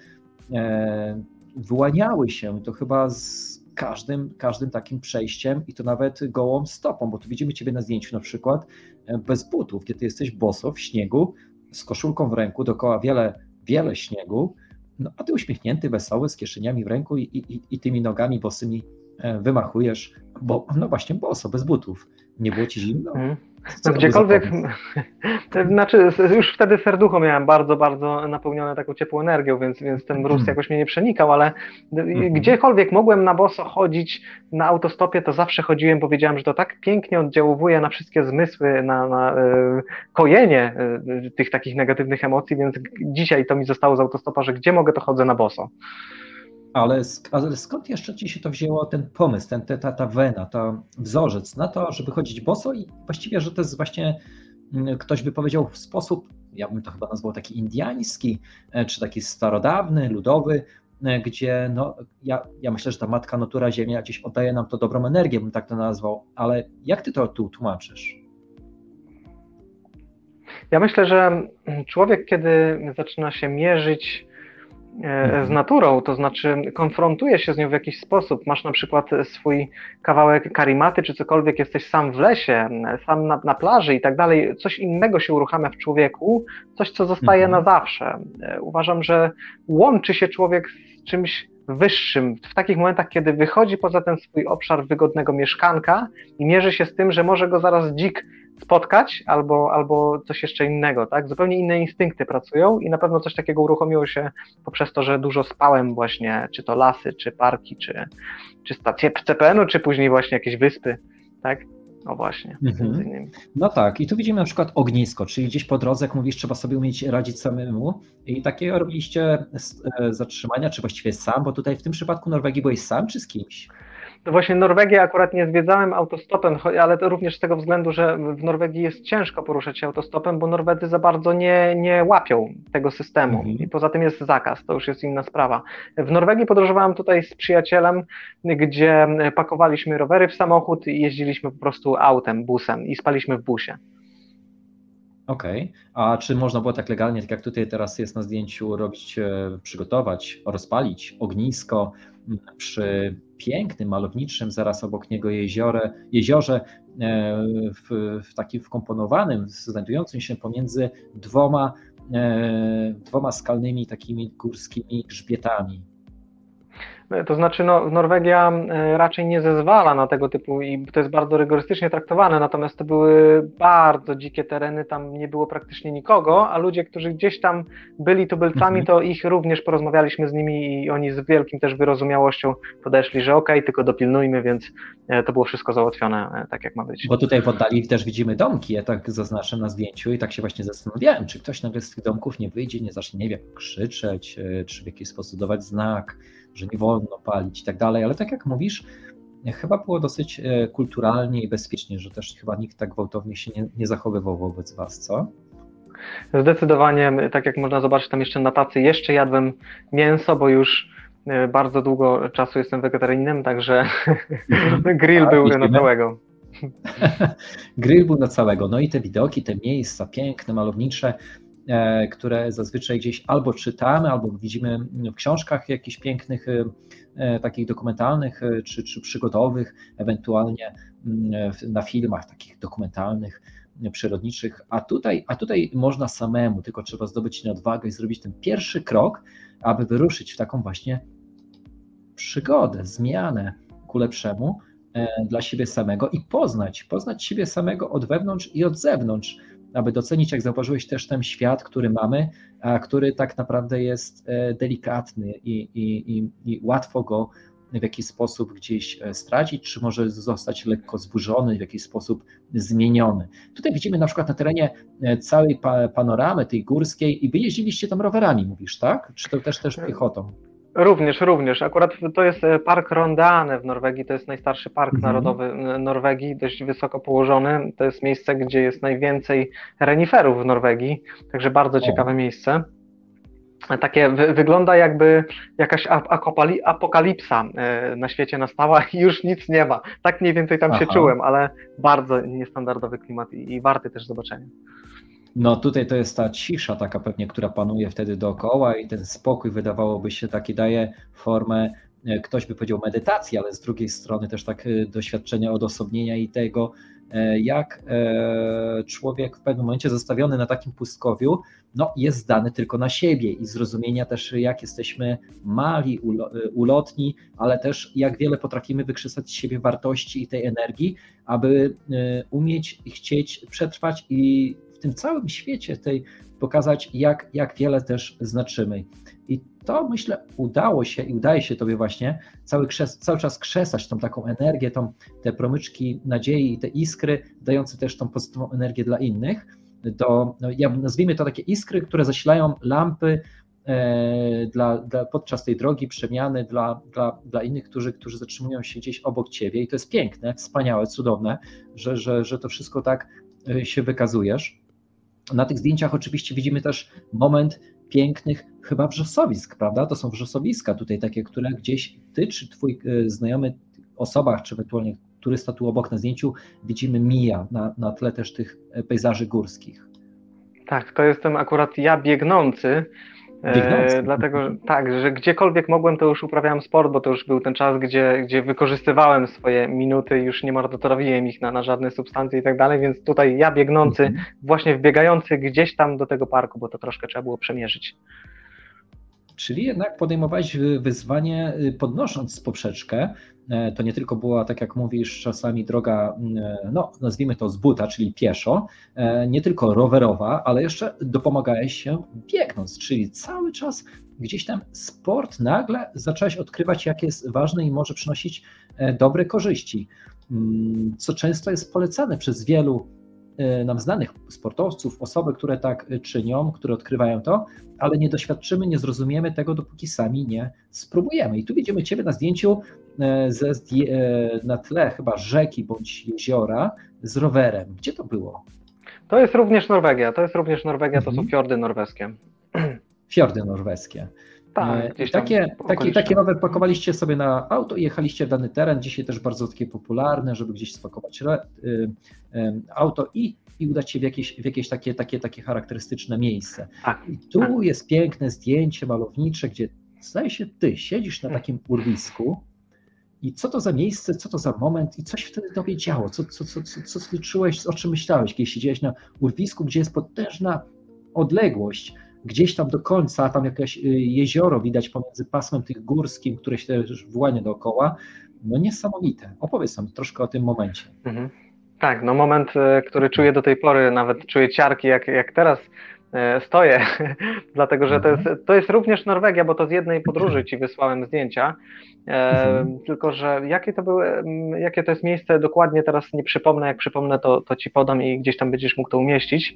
wyłaniały się, to chyba z każdym, każdym takim przejściem i to nawet gołą stopą, bo tu widzimy ciebie na zdjęciu na przykład bez butów, gdzie ty jesteś boso w śniegu, z koszulką w ręku, dookoła wiele, wiele śniegu, no a ty uśmiechnięty, wesoły, z kieszeniami w ręku i, i, i tymi nogami bosymi wymachujesz, bo no właśnie boso, bez butów. Nie było ci zimno? Hmm. No, gdziekolwiek, znaczy już wtedy serducho miałem bardzo, bardzo napełnione taką ciepłą energią, więc, więc ten mróz jakoś mnie nie przenikał, ale mm-hmm. gdziekolwiek mogłem na boso chodzić na autostopie, to zawsze chodziłem, bo wiedziałem, że to tak pięknie oddziałuje na wszystkie zmysły, na, na y, kojenie y, tych takich negatywnych emocji, więc dzisiaj to mi zostało z autostopa, że gdzie mogę, to chodzę na boso. Ale, ale skąd jeszcze ci się to wzięło, ten pomysł, ten, ta, ta wena, ta wzorzec na to, żeby chodzić boso i właściwie, że to jest właśnie, ktoś by powiedział w sposób ja bym to chyba nazwał taki indyjski, czy taki starodawny, ludowy, gdzie no, ja, ja myślę, że ta matka natura, ziemia gdzieś oddaje nam to dobrą energię, bym tak to nazwał, ale jak ty to tu tłumaczysz? Ja myślę, że człowiek, kiedy zaczyna się mierzyć z naturą, to znaczy konfrontuje się z nią w jakiś sposób, masz na przykład swój kawałek karimaty, czy cokolwiek, jesteś sam w lesie, sam na, na plaży i tak dalej, coś innego się uruchamia w człowieku, coś, co zostaje Mhm. na zawsze. Uważam, że łączy się człowiek z czymś wyższym, w takich momentach, kiedy wychodzi poza ten swój obszar wygodnego mieszkanka i mierzy się z tym, że może go zaraz dzik spotkać albo, albo coś jeszcze innego, tak? Zupełnie inne instynkty pracują i na pewno coś takiego uruchomiło się poprzez to, że dużo spałem właśnie, czy to lasy, czy parki, czy, czy stacje C P N u, czy później właśnie jakieś wyspy, tak? No właśnie, Mhm. między innymi. No tak, i tu widzimy na przykład ognisko, czyli gdzieś po drodze, jak mówisz, trzeba sobie umieć radzić samemu i takiego robiliście zatrzymania, czy właściwie sam, bo tutaj w tym przypadku Norwegii byłeś sam, czy z kimś? No właśnie Norwegię akurat nie zwiedzałem autostopem, ale to również z tego względu, że w Norwegii jest ciężko poruszać się autostopem, bo Norwedzy za bardzo nie, nie łapią tego systemu Mhm. i poza tym jest zakaz, to już jest inna sprawa. W Norwegii podróżowałem tutaj z przyjacielem, gdzie pakowaliśmy rowery w samochód i jeździliśmy po prostu autem, busem i spaliśmy w busie. Okej, okay. A czy można było tak legalnie, tak jak tutaj teraz jest na zdjęciu, robić, przygotować, rozpalić ognisko przy pięknym, malowniczym, zaraz obok niego jeziorze, jeziorze w, w takim wkomponowanym, znajdującym się pomiędzy dwoma, dwoma skalnymi takimi górskimi grzbietami? To znaczy, no, Norwegia raczej nie zezwala na tego typu i to jest bardzo rygorystycznie traktowane, natomiast to były bardzo dzikie tereny, tam nie było praktycznie nikogo, a ludzie, którzy gdzieś tam byli tubylcami, to ich również porozmawialiśmy z nimi i oni z wielkim też wyrozumiałością podeszli, że okej, okay, tylko dopilnujmy, więc to było wszystko załatwione tak, jak ma być. Bo tutaj w oddali też widzimy domki, ja tak zaznaczę na zdjęciu i tak się właśnie zastanawiałem, czy ktoś nagle z tych domków nie wyjdzie, nie zacznie, nie wiem, krzyczeć, czy w jakiś sposób dawać znak, że nie wolno palić i tak dalej, ale tak jak mówisz, chyba było dosyć kulturalnie i bezpiecznie, że też chyba nikt tak gwałtownie się nie, nie zachowywał wobec was, co? Zdecydowanie, tak jak można zobaczyć tam jeszcze na tacy, jeszcze jadłem mięso, bo już bardzo długo czasu jestem wegetarianinem, także grill tak, był widzimy. na całego. Grill był na całego, no i te widoki, te miejsca piękne, malownicze, które zazwyczaj gdzieś albo czytamy, albo widzimy w książkach jakichś pięknych, takich dokumentalnych czy, czy przygodowych, ewentualnie na filmach takich dokumentalnych, przyrodniczych, a tutaj, a tutaj można samemu, tylko trzeba zdobyć odwagę i zrobić ten pierwszy krok, aby wyruszyć w taką właśnie przygodę, zmianę ku lepszemu dla siebie samego i poznać, poznać siebie samego od wewnątrz i od zewnątrz, aby docenić, jak zauważyłeś, też ten świat, który mamy, a który tak naprawdę jest delikatny i, i, i, i łatwo go w jakiś sposób gdzieś stracić, czy może zostać lekko zburzony, w jakiś sposób zmieniony. Tutaj widzimy na przykład na terenie całej panoramy tej górskiej i wy jeździliście tam rowerami, mówisz, tak? Czy to też też piechotą? Również, również. Akurat to jest Park Rondane w Norwegii, to jest najstarszy park mhm. narodowy Norwegii, dość wysoko położony. To jest miejsce, gdzie jest najwięcej reniferów w Norwegii, także bardzo o. ciekawe miejsce. Takie wy, wygląda jakby jakaś apokalipsa na świecie nastała i już nic nie ma. Tak mniej więcej tam Aha. się czułem, ale bardzo niestandardowy klimat i, i warty też zobaczenia. No tutaj to jest ta cisza taka pewnie, która panuje wtedy dookoła i ten spokój wydawałoby się taki daje formę, ktoś by powiedział medytacji, ale z drugiej strony też tak doświadczenia odosobnienia i tego, jak człowiek w pewnym momencie zostawiony na takim pustkowiu, no jest zdany tylko na siebie i zrozumienia też, jak jesteśmy mali, ulotni, ale też jak wiele potrafimy wykrzesać z siebie wartości i tej energii, aby umieć i chcieć przetrwać i w tym całym świecie tej pokazać, jak, jak wiele też znaczymy. I to, myślę, udało się i udaje się tobie właśnie cały, krzes, cały czas krzesać tą taką energię, tą, te promyczki nadziei i te iskry, dające też tą pozytywną energię dla innych. Do, no, ja nazwijmy to takie iskry, które zasilają lampy e, dla, dla, podczas tej drogi przemiany dla, dla, dla innych, którzy, którzy zatrzymują się gdzieś obok ciebie. I to jest piękne, wspaniałe, cudowne, że, że, że to wszystko tak się wykazujesz. Na tych zdjęciach oczywiście widzimy też moment pięknych chyba wrzosowisk, prawda? To są wrzosowiska tutaj takie, które gdzieś ty czy twój znajomy, osoba, czy ewentualnie turysta tu obok na zdjęciu widzimy mija na, na tle też tych pejzaży górskich. Tak, to jestem akurat ja biegnący, Biegnący. e, dlatego że, tak, że gdziekolwiek mogłem, to już uprawiałem sport, bo to już był ten czas, gdzie, gdzie wykorzystywałem swoje minuty, już nie marnotrawiłem ich na, na żadne substancje i tak dalej, więc tutaj ja biegnący, Mhm. właśnie wbiegający gdzieś tam do tego parku, bo to troszkę trzeba było przemierzyć. Czyli jednak podejmowałeś wyzwanie podnosząc poprzeczkę. To nie tylko była, tak jak mówisz, czasami droga, no nazwijmy to z buta, czyli pieszo, nie tylko rowerowa, ale jeszcze dopomagałeś się biegnąc, czyli cały czas gdzieś tam sport nagle zacząłeś odkrywać, jak jest ważny i może przynosić dobre korzyści, co często jest polecane przez wielu nam znanych sportowców, osoby, które tak czynią, które odkrywają to, ale nie doświadczymy, nie zrozumiemy tego, dopóki sami nie spróbujemy. I tu widzimy Ciebie na zdjęciu ze, na tle chyba rzeki bądź jeziora z rowerem. Gdzie to było? To jest również Norwegia, to jest również Norwegia, to Mhm. są fiordy norweskie. Fiordy norweskie. Tak, gdzieś tam takie, taki, taki rower pakowaliście sobie na auto i jechaliście w dany teren, dzisiaj też bardzo takie popularne, żeby gdzieś spakować re, y, y, auto i, i udać się w jakieś, w jakieś takie, takie, takie charakterystyczne miejsce. Tak. I tu jest piękne zdjęcie malownicze, gdzie zdaje się ty siedzisz na takim urwisku i co to za miejsce, co to za moment i coś wtedy tobie działo, co, co, co, co, co ty czułeś, o czym myślałeś, kiedy siedziałeś na urwisku, gdzie jest potężna odległość, gdzieś tam do końca, tam jakieś jezioro widać pomiędzy pasmem tych górskim, które się też włania dookoła. No niesamowite. Opowiedz nam troszkę o tym momencie. Mhm. Tak, no moment, który czuję do tej pory, nawet czuję ciarki, jak, jak teraz stoję, dlatego że to jest, to jest również Norwegia, bo to z jednej podróży ci wysłałem zdjęcia, Mhm. tylko że jakie to były, jakie to jest miejsce dokładnie teraz nie przypomnę, jak przypomnę to, to ci podam i gdzieś tam będziesz mógł to umieścić.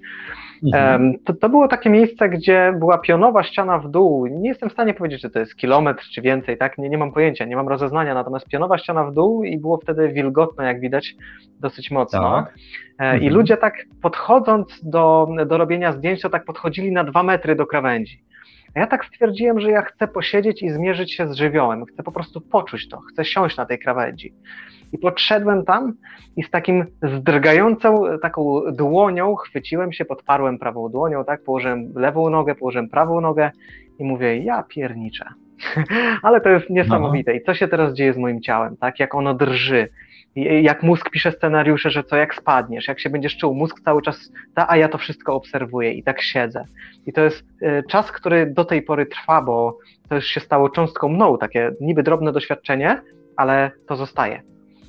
Mhm. To, to było takie miejsce, gdzie była pionowa ściana w dół. Nie jestem w stanie powiedzieć, czy to jest kilometr, czy więcej, tak? Nie, nie mam pojęcia, nie mam rozeznania, natomiast pionowa ściana w dół i było wtedy wilgotno, jak widać, dosyć mocno. Tak. I Mhm. ludzie tak podchodząc do, do robienia zdjęć, to tak podchodzili na dwa metry do krawędzi. A ja tak stwierdziłem, że ja chcę posiedzieć i zmierzyć się z żywiołem. Chcę po prostu poczuć to, chcę siąść na tej krawędzi. I podszedłem tam i z takim zdrgającą taką dłonią chwyciłem się, podparłem prawą dłonią, tak, położyłem lewą nogę, położyłem prawą nogę i mówię, ja pierniczę. Ale to jest niesamowite. I co się teraz dzieje z moim ciałem, tak, jak ono drży. Jak mózg pisze scenariusze, że co, jak spadniesz, jak się będziesz czuł, mózg cały czas, ta, a ja to wszystko obserwuję i tak siedzę. I to jest y, czas, który do tej pory trwa, bo to już się stało cząstką mną, takie niby drobne doświadczenie, ale to zostaje.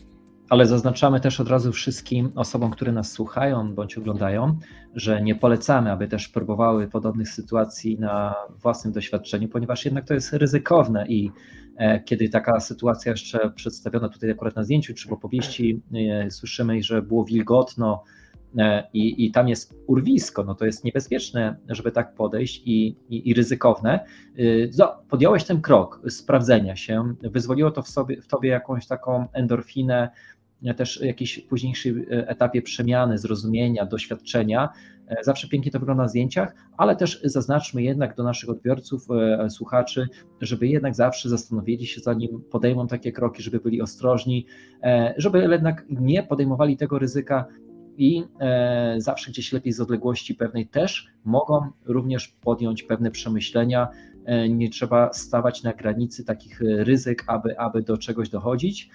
Ale zaznaczamy też od razu wszystkim osobom, które nas słuchają bądź oglądają, że nie polecamy, aby też próbowały podobnych sytuacji na własnym doświadczeniu, ponieważ jednak to jest ryzykowne i kiedy taka sytuacja jeszcze przedstawiona tutaj akurat na zdjęciu czy w opowieści słyszymy, że było wilgotno i, i tam jest urwisko, no to jest niebezpieczne, żeby tak podejść i, i, i ryzykowne. No, podjąłeś ten krok sprawdzenia się, wyzwoliło to w, sobie, w tobie jakąś taką endorfinę, też w jakiejś późniejszym etapie przemiany, zrozumienia, doświadczenia. Zawsze pięknie to wygląda na zdjęciach, ale też zaznaczmy jednak do naszych odbiorców, słuchaczy, żeby jednak zawsze zastanowili się, zanim podejmą takie kroki, żeby byli ostrożni, żeby jednak nie podejmowali tego ryzyka i zawsze gdzieś lepiej z odległości pewnej też mogą również podjąć pewne przemyślenia. Nie trzeba stawać na granicy takich ryzyk, aby, aby do czegoś dochodzić.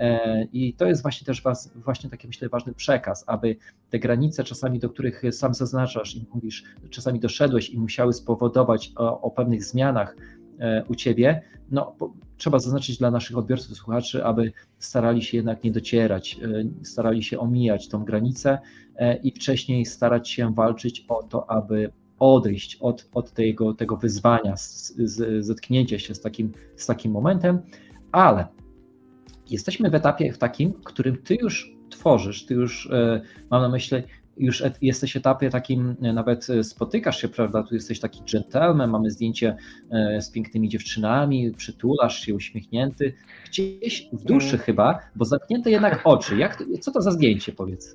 I to jest właśnie też was, właśnie taki, myślę, ważny przekaz, aby te granice czasami, do których sam zaznaczasz i mówisz, czasami doszedłeś i musiały spowodować o, o pewnych zmianach u ciebie, no trzeba zaznaczyć dla naszych odbiorców, słuchaczy, aby starali się jednak nie docierać, starali się omijać tą granicę i wcześniej starać się walczyć o to, aby odejść od, od tego, tego wyzwania, z, z, zetknięcia się z takim, z takim momentem, ale jesteśmy w etapie w takim, w którym ty już tworzysz, ty już, mam na myśli, już et, jesteś w etapie takim, nawet spotykasz się, prawda, tu jesteś taki gentleman, mamy zdjęcie z pięknymi dziewczynami, przytulasz się, uśmiechnięty, gdzieś w duszy hmm. chyba, bo zamknięte jednak oczy. Jak, co to za zdjęcie, powiedz?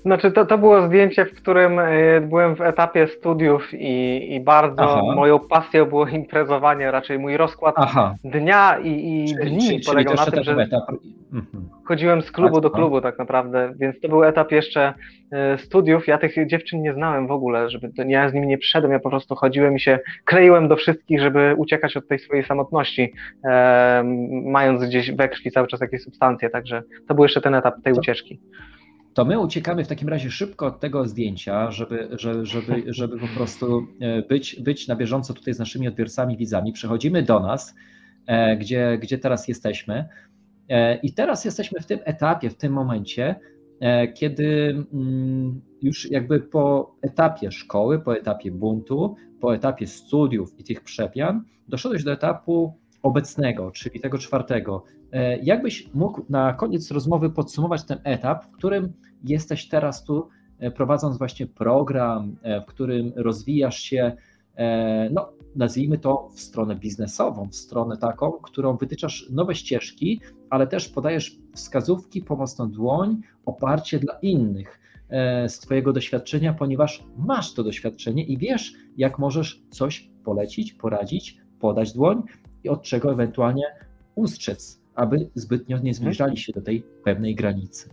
Znaczy to, to było zdjęcie, w którym y, byłem w etapie studiów i, i bardzo Aha, moją pasją było imprezowanie, raczej mój rozkład aha, dnia i, i czyli, dni czyli, czyli to polegał na jeszcze tym, ten był że etap. Mhm. chodziłem z Tak, klubu do no. klubu tak naprawdę, więc to był etap jeszcze e, studiów. Ja tych dziewczyn nie znałem w ogóle, żeby to, ja z nimi nie przyszedłem, ja po prostu chodziłem i się kleiłem do wszystkich, żeby uciekać od tej swojej samotności, e, mając gdzieś we krwi cały czas jakieś substancje, także to był jeszcze ten etap tej To, ucieczki. to my uciekamy w takim razie szybko od tego zdjęcia, żeby, żeby, żeby, żeby po prostu e, być, być na bieżąco tutaj z naszymi odbiorcami, widzami. Przechodzimy do nas, e, gdzie, gdzie teraz jesteśmy. E, I teraz jesteśmy w tym etapie, w tym momencie, e, kiedy mm, już jakby po etapie szkoły, po etapie buntu, po etapie studiów i tych przemian, doszedłeś do etapu obecnego, czyli tego czwartego. E, Jakbyś mógł na koniec rozmowy podsumować ten etap, w którym jesteś teraz tu, e, prowadząc właśnie program, e, w którym rozwijasz się, e, no nazwijmy to w stronę biznesową, w stronę taką, którą wytyczasz nowe ścieżki, ale też podajesz wskazówki, pomocną dłoń, oparcie dla innych e, z Twojego doświadczenia, ponieważ masz to doświadczenie i wiesz, jak możesz coś polecić, poradzić, podać dłoń i od czego ewentualnie ustrzec, aby zbytnio nie zbliżali się do tej pewnej granicy.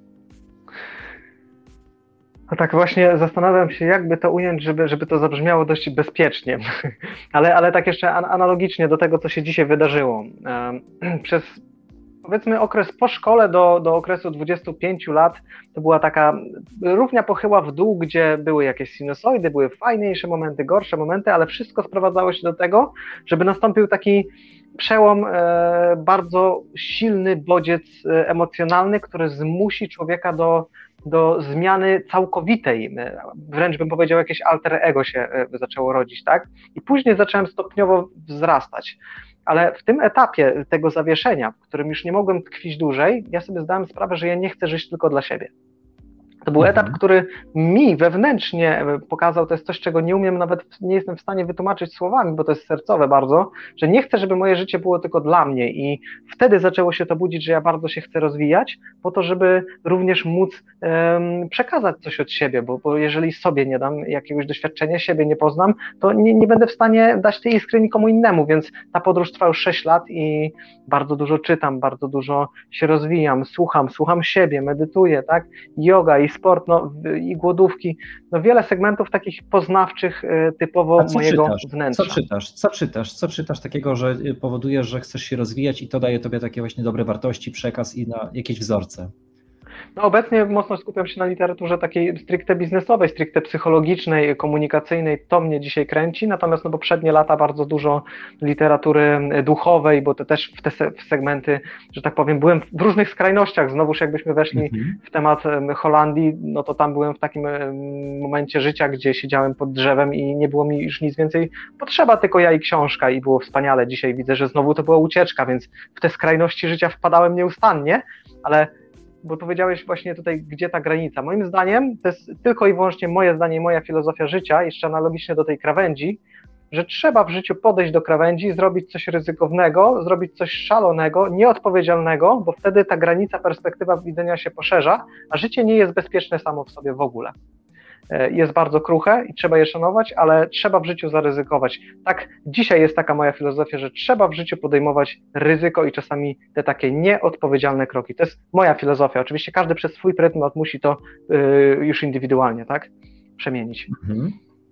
No tak właśnie zastanawiam się, jakby to ująć, żeby, żeby to zabrzmiało dość bezpiecznie, ale, ale tak jeszcze analogicznie do tego, co się dzisiaj wydarzyło. Przez powiedzmy okres po szkole do, do okresu dwudziestu pięciu lat to była taka równia pochyła w dół, gdzie były jakieś sinusoidy, były fajniejsze momenty, gorsze momenty, ale wszystko sprowadzało się do tego, żeby nastąpił taki przełom, e, bardzo silny bodziec e, emocjonalny, który zmusi człowieka do, do zmiany całkowitej, e, wręcz bym powiedział jakieś alter ego się e, zaczęło rodzić, tak? I później zacząłem stopniowo wzrastać. Ale w tym etapie tego zawieszenia, w którym już nie mogłem tkwić dłużej, ja sobie zdałem sprawę, że ja nie chcę żyć tylko dla siebie. To był Mhm. etap, który mi wewnętrznie pokazał, to jest coś, czego nie umiem, nawet nie jestem w stanie wytłumaczyć słowami, bo to jest sercowe bardzo, że nie chcę, żeby moje życie było tylko dla mnie i wtedy zaczęło się to budzić, że ja bardzo się chcę rozwijać, po to, żeby również móc um, przekazać coś od siebie, bo, bo jeżeli sobie nie dam jakiegoś doświadczenia, siebie nie poznam, to nie, nie będę w stanie dać tej iskry nikomu innemu, więc ta podróż trwa już sześć lat i bardzo dużo czytam, bardzo dużo się rozwijam, słucham, słucham siebie, medytuję, tak, yoga i sport, no, i głodówki, no wiele segmentów takich poznawczych typowo mojego czytasz? wnętrza. Co czytasz? Co czytasz? Co czytasz takiego, że powoduje, że chcesz się rozwijać i to daje tobie takie właśnie dobre wartości, przekaz i na jakieś wzorce? No obecnie mocno skupiam się na literaturze takiej stricte biznesowej, stricte psychologicznej, komunikacyjnej, to mnie dzisiaj kręci, natomiast no poprzednie lata bardzo dużo literatury duchowej, bo to też w te segmenty, że tak powiem, byłem w różnych skrajnościach, znowuż jakbyśmy weszli mhm. w temat Holandii, no to tam byłem w takim momencie życia, gdzie siedziałem pod drzewem i nie było mi już nic więcej potrzeba, tylko ja i książka i było wspaniale. Dzisiaj widzę, że znowu to była ucieczka, więc w te skrajności życia wpadałem nieustannie, ale bo powiedziałeś właśnie tutaj, gdzie ta granica. Moim zdaniem, to jest tylko i wyłącznie moje zdanie i moja filozofia życia, jeszcze analogicznie do tej krawędzi, że trzeba w życiu podejść do krawędzi, zrobić coś ryzykownego, zrobić coś szalonego, nieodpowiedzialnego, bo wtedy ta granica, perspektywa widzenia się poszerza, a życie nie jest bezpieczne samo w sobie w ogóle. Jest bardzo kruche i trzeba je szanować, ale trzeba w życiu zaryzykować. Tak, dzisiaj jest taka moja filozofia, że trzeba w życiu podejmować ryzyko i czasami te takie nieodpowiedzialne kroki. To jest moja filozofia. Oczywiście każdy przez swój pryzmat musi to yy, już indywidualnie, tak, przemienić. Mhm.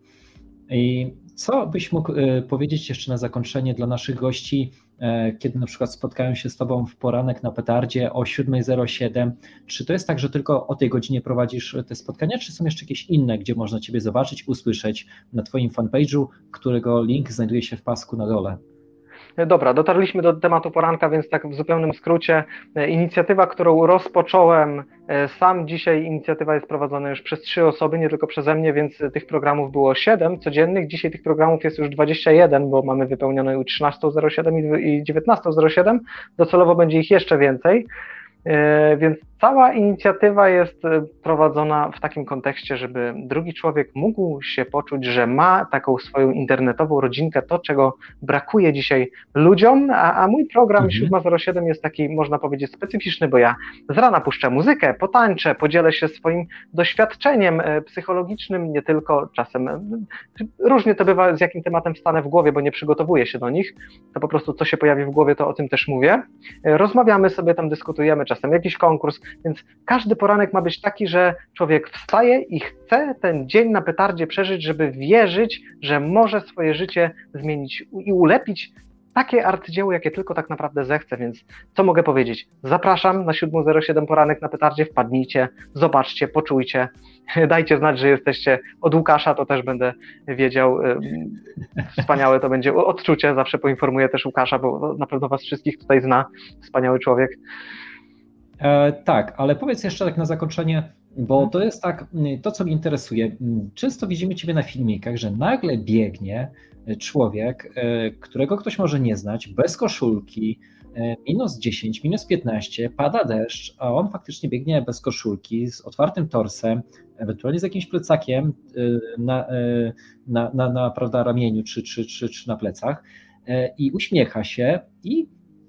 I co byś mógł y, powiedzieć jeszcze na zakończenie dla naszych gości, y, kiedy na przykład spotkają się z Tobą w poranek na petardzie o siódma zero siedem? Czy to jest tak, że tylko o tej godzinie prowadzisz te spotkania, czy są jeszcze jakieś inne, gdzie można Ciebie zobaczyć, usłyszeć na Twoim fanpage'u, którego link znajduje się w pasku na dole? Dobra, dotarliśmy do tematu poranka, więc tak w zupełnym skrócie. Inicjatywa, którą rozpocząłem sam dzisiaj, inicjatywa jest prowadzona już przez trzy osoby, nie tylko przeze mnie, więc tych programów było siedem codziennych. Dzisiaj tych programów jest już dwadzieścia jeden, bo mamy wypełnione już trzynaście zero siedem i dziewiętnaście zero siedem. Docelowo będzie ich jeszcze więcej. Więc cała inicjatywa jest prowadzona w takim kontekście, żeby drugi człowiek mógł się poczuć, że ma taką swoją internetową rodzinkę, to czego brakuje dzisiaj ludziom, a, a mój program Mhm. siódma zero siedem jest taki, można powiedzieć, specyficzny, bo ja z rana puszczę muzykę, potańczę, podzielę się swoim doświadczeniem psychologicznym, nie tylko czasem, różnie to bywa, z jakim tematem stanę w głowie, bo nie przygotowuję się do nich, to po prostu co się pojawi w głowie, to o tym też mówię. Rozmawiamy sobie, tam dyskutujemy, czasem jakiś konkurs, więc każdy poranek ma być taki, że człowiek wstaje i chce ten dzień na petardzie przeżyć, żeby wierzyć, że może swoje życie zmienić i ulepić takie arcydzieło, jakie tylko tak naprawdę zechce, więc co mogę powiedzieć? Zapraszam na siódma zero siedem poranek na petardzie, wpadnijcie, zobaczcie, poczujcie, dajcie znać, że jesteście od Łukasza, to też będę wiedział, wspaniałe to będzie odczucie, zawsze poinformuję też Łukasza, bo na pewno was wszystkich tutaj zna, wspaniały człowiek. E, tak, ale powiedz jeszcze tak na zakończenie, bo to jest tak, to co mnie interesuje, często widzimy Ciebie na filmikach, że nagle biegnie człowiek, którego ktoś może nie znać, bez koszulki, minus dziesięć, minus piętnaście, pada deszcz, a on faktycznie biegnie bez koszulki, z otwartym torsem, ewentualnie z jakimś plecakiem na, na, na, na prawda, ramieniu czy, czy, czy, czy na plecach i uśmiecha się i,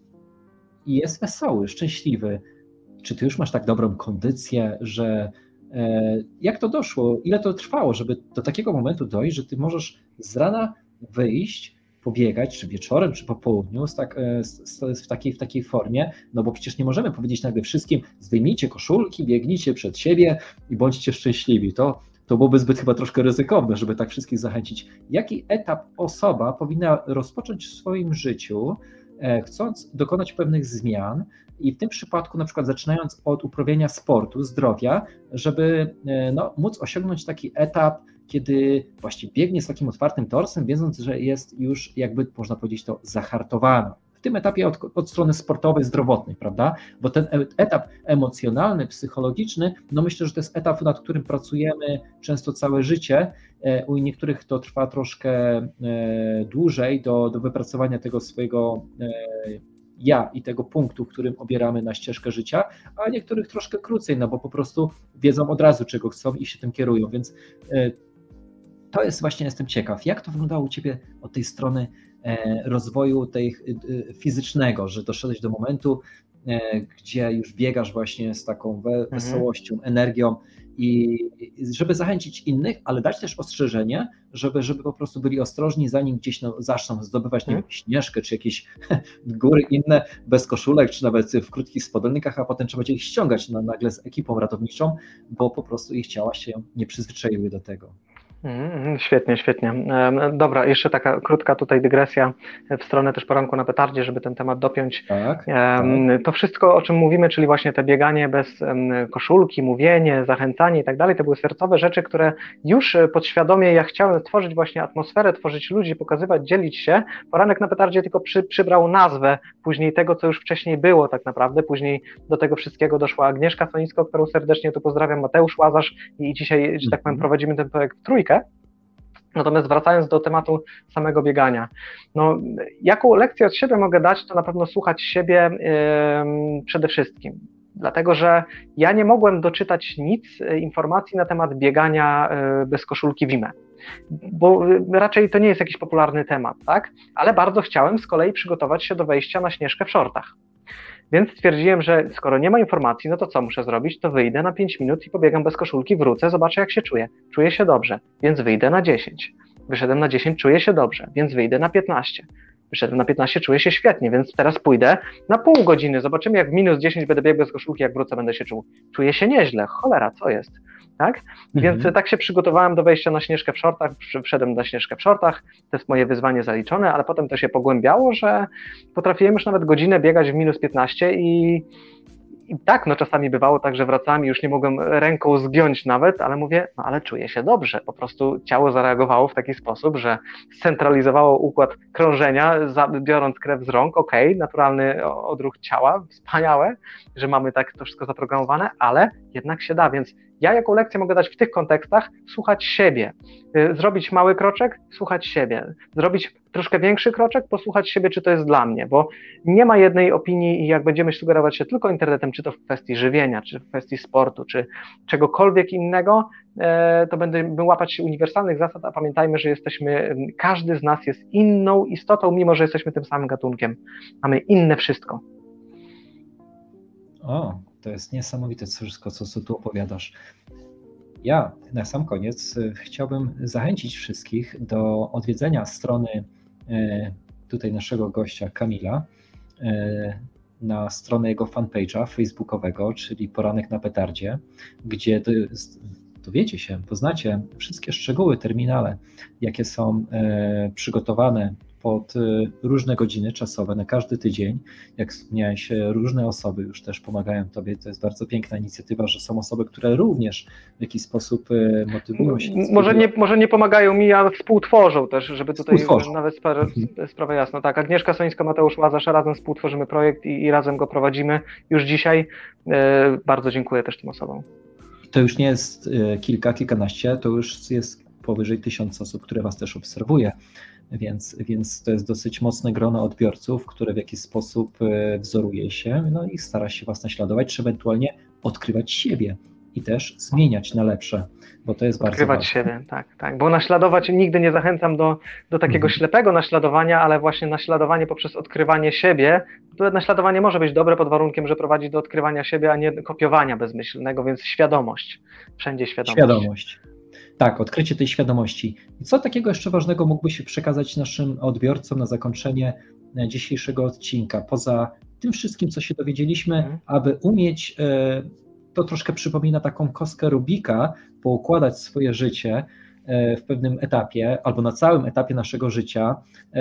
i jest wesoły, szczęśliwy. Czy ty już masz tak dobrą kondycję, że e, jak to doszło, ile to trwało, żeby do takiego momentu dojść, że ty możesz z rana wyjść, pobiegać, czy wieczorem, czy po południu z tak, e, z, w, takiej, w takiej formie, no bo przecież nie możemy powiedzieć nagle wszystkim, zdejmijcie koszulki, biegnijcie przed siebie i bądźcie szczęśliwi. To, to byłoby zbyt chyba troszkę ryzykowne, żeby tak wszystkich zachęcić. Jaki etap osoba powinna rozpocząć w swoim życiu, e, chcąc dokonać pewnych zmian, i w tym przypadku na przykład zaczynając od uprawiania sportu, zdrowia, żeby no, móc osiągnąć taki etap, kiedy właśnie biegnie z takim otwartym torsem, wiedząc, że jest już jakby można powiedzieć to zahartowana. W tym etapie od, od strony sportowej, zdrowotnej, prawda? Bo ten etap emocjonalny, psychologiczny, no myślę, że to jest etap, nad którym pracujemy często całe życie. U niektórych to trwa troszkę dłużej do, do wypracowania tego swojego ja i tego punktu, w którym obieramy na ścieżkę życia, a niektórych troszkę krócej, no bo po prostu wiedzą od razu, czego chcą i się tym kierują, więc to jest właśnie, jestem ciekaw, jak to wyglądało u Ciebie od tej strony rozwoju tej fizycznego, że doszedłeś do momentu, gdzie już biegasz właśnie z taką wesołością, mhm. energią i żeby zachęcić innych, ale dać też ostrzeżenie, żeby, żeby po prostu byli ostrożni, zanim gdzieś no, zaczną zdobywać nie wiem, Śnieżkę, czy jakieś góry inne bez koszulek, czy nawet w krótkich spodennikach, a potem trzeba będzie ich ściągać na, nagle z ekipą ratowniczą, bo po prostu ich ciała się nie przyzwyczaiły do tego. Mm, świetnie, świetnie. Dobra, jeszcze taka krótka tutaj dygresja w stronę też poranku na petardzie, żeby ten temat dopiąć. Tak, um, tak. To wszystko, o czym mówimy, czyli właśnie te bieganie bez um, koszulki, mówienie, zachęcanie i tak dalej, to były sercowe rzeczy, które już podświadomie ja chciałem tworzyć właśnie atmosferę, tworzyć ludzi, pokazywać, dzielić się. Poranek na petardzie tylko przy, przybrał nazwę później tego, co już wcześniej było tak naprawdę. Później do tego wszystkiego doszła Agnieszka Sonicko, którą serdecznie tu pozdrawiam, Mateusz Łazarz i dzisiaj, że tak powiem, prowadzimy ten projekt w trójkę. Natomiast wracając do tematu samego biegania, no, jaką lekcję od siebie mogę dać, to na pewno słuchać siebie yy, przede wszystkim, dlatego że ja nie mogłem doczytać nic, informacji na temat biegania yy, bez koszulki Wime, bo raczej to nie jest jakiś popularny temat, tak? Ale bardzo chciałem z kolei przygotować się do wejścia na Śnieżkę w shortach. Więc stwierdziłem, że skoro nie ma informacji, no to co muszę zrobić? To wyjdę na pięć minut i pobiegam bez koszulki, wrócę, zobaczę jak się czuję. Czuję się dobrze, więc wyjdę na dziesięć. Wyszedłem na dziesięć, czuję się dobrze, więc wyjdę na piętnaście. Wyszedłem na piętnaście, czuję się świetnie, więc teraz pójdę na pół godziny. Zobaczymy jak w minus dziesięć będę biegł bez koszulki, jak wrócę będę się czuł. Czuję się nieźle, cholera, co jest? Tak? Mhm. Więc tak się przygotowałem do wejścia na Śnieżkę w shortach, wszedłem na Śnieżkę w shortach, to jest moje wyzwanie zaliczone, ale potem to się pogłębiało, że potrafiłem już nawet godzinę biegać w minus piętnaście i, i tak, no czasami bywało tak, że wracałem i już nie mogłem ręką zgiąć nawet, ale mówię, no ale czuję się dobrze, po prostu ciało zareagowało w taki sposób, że scentralizowało układ krążenia, biorąc krew z rąk, okej, okay, naturalny odruch ciała, wspaniałe, że mamy tak to wszystko zaprogramowane, ale jednak się da, więc Ja jaką lekcję mogę dać w tych kontekstach? Słuchać siebie, zrobić mały kroczek, słuchać siebie, zrobić troszkę większy kroczek, posłuchać siebie, czy to jest dla mnie, bo nie ma jednej opinii i jak będziemy sugerować się tylko internetem, czy to w kwestii żywienia, czy w kwestii sportu, czy czegokolwiek innego, to będziemy łapać się uniwersalnych zasad, a pamiętajmy, że jesteśmy, każdy z nas jest inną istotą, mimo że jesteśmy tym samym gatunkiem. Mamy inne wszystko. O, to jest niesamowite wszystko, co, co tu opowiadasz. Ja na sam koniec chciałbym zachęcić wszystkich do odwiedzenia strony tutaj naszego gościa Kamila, na stronę jego fanpage'a facebookowego, czyli Poranek na Petardzie, gdzie dowiecie się, poznacie wszystkie szczegóły, terminale, jakie są przygotowane pod różne godziny czasowe na każdy tydzień. Jak wspomniałeś, różne osoby już też pomagają Tobie. To jest bardzo piękna inicjatywa, że są osoby, które również w jakiś sposób motywują się. Może nie, może nie pomagają mi, ale współtworzą też, żeby tutaj Współtworzą. nawet sprawę, sprawę jasno. Tak, Agnieszka Sońska-Mateusz Łazarz, razem współtworzymy projekt i, i razem go prowadzimy już dzisiaj. E, bardzo dziękuję też tym osobom. To już nie jest kilka, kilkanaście, to już jest powyżej tysiąc osób, które Was też obserwuje. Więc, więc to jest dosyć mocne grono odbiorców, które w jakiś sposób wzoruje się, no i stara się Was naśladować, czy ewentualnie odkrywać siebie i też zmieniać na lepsze, bo to jest odkrywać bardzo ważne. siebie, tak, tak, bo naśladować nigdy nie zachęcam do, do takiego mhm. ślepego naśladowania, ale właśnie naśladowanie poprzez odkrywanie siebie, to naśladowanie może być dobre pod warunkiem, że prowadzi do odkrywania siebie, a nie kopiowania bezmyślnego, więc świadomość, wszędzie świadomość. Świadomość. Tak, odkrycie tej świadomości. I co takiego jeszcze ważnego mógłbyś przekazać naszym odbiorcom na zakończenie dzisiejszego odcinka? Poza tym wszystkim, co się dowiedzieliśmy, mhm. aby umieć, to troszkę przypomina taką kostkę Rubika, poukładać swoje życie w pewnym etapie, albo na całym etapie naszego życia,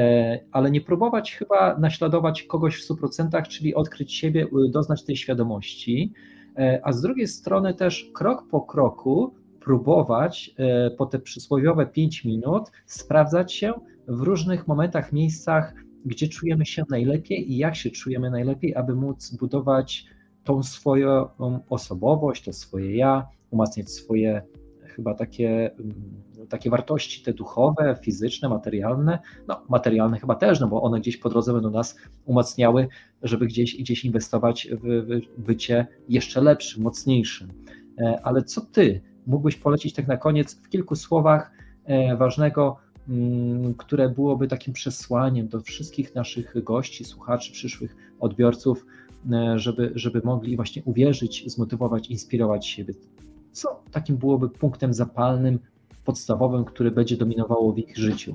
ale nie próbować chyba naśladować kogoś w stu procentach, czyli odkryć siebie, doznać tej świadomości, a z drugiej strony też krok po kroku próbować po te przysłowiowe pięć minut sprawdzać się w różnych momentach, miejscach, gdzie czujemy się najlepiej i jak się czujemy najlepiej, aby móc budować tą swoją osobowość, to swoje ja, umacniać swoje chyba takie, takie wartości te duchowe, fizyczne, materialne, no materialne chyba też, no bo one gdzieś po drodze będą nas umacniały, żeby gdzieś, gdzieś inwestować w bycie jeszcze lepszym, mocniejszym. Ale co ty mógłbyś polecić tak na koniec w kilku słowach ważnego, które byłoby takim przesłaniem do wszystkich naszych gości, słuchaczy, przyszłych odbiorców, żeby, żeby mogli właśnie uwierzyć, zmotywować, inspirować siebie. Co takim byłoby punktem zapalnym, podstawowym, który będzie dominowało w ich życiu?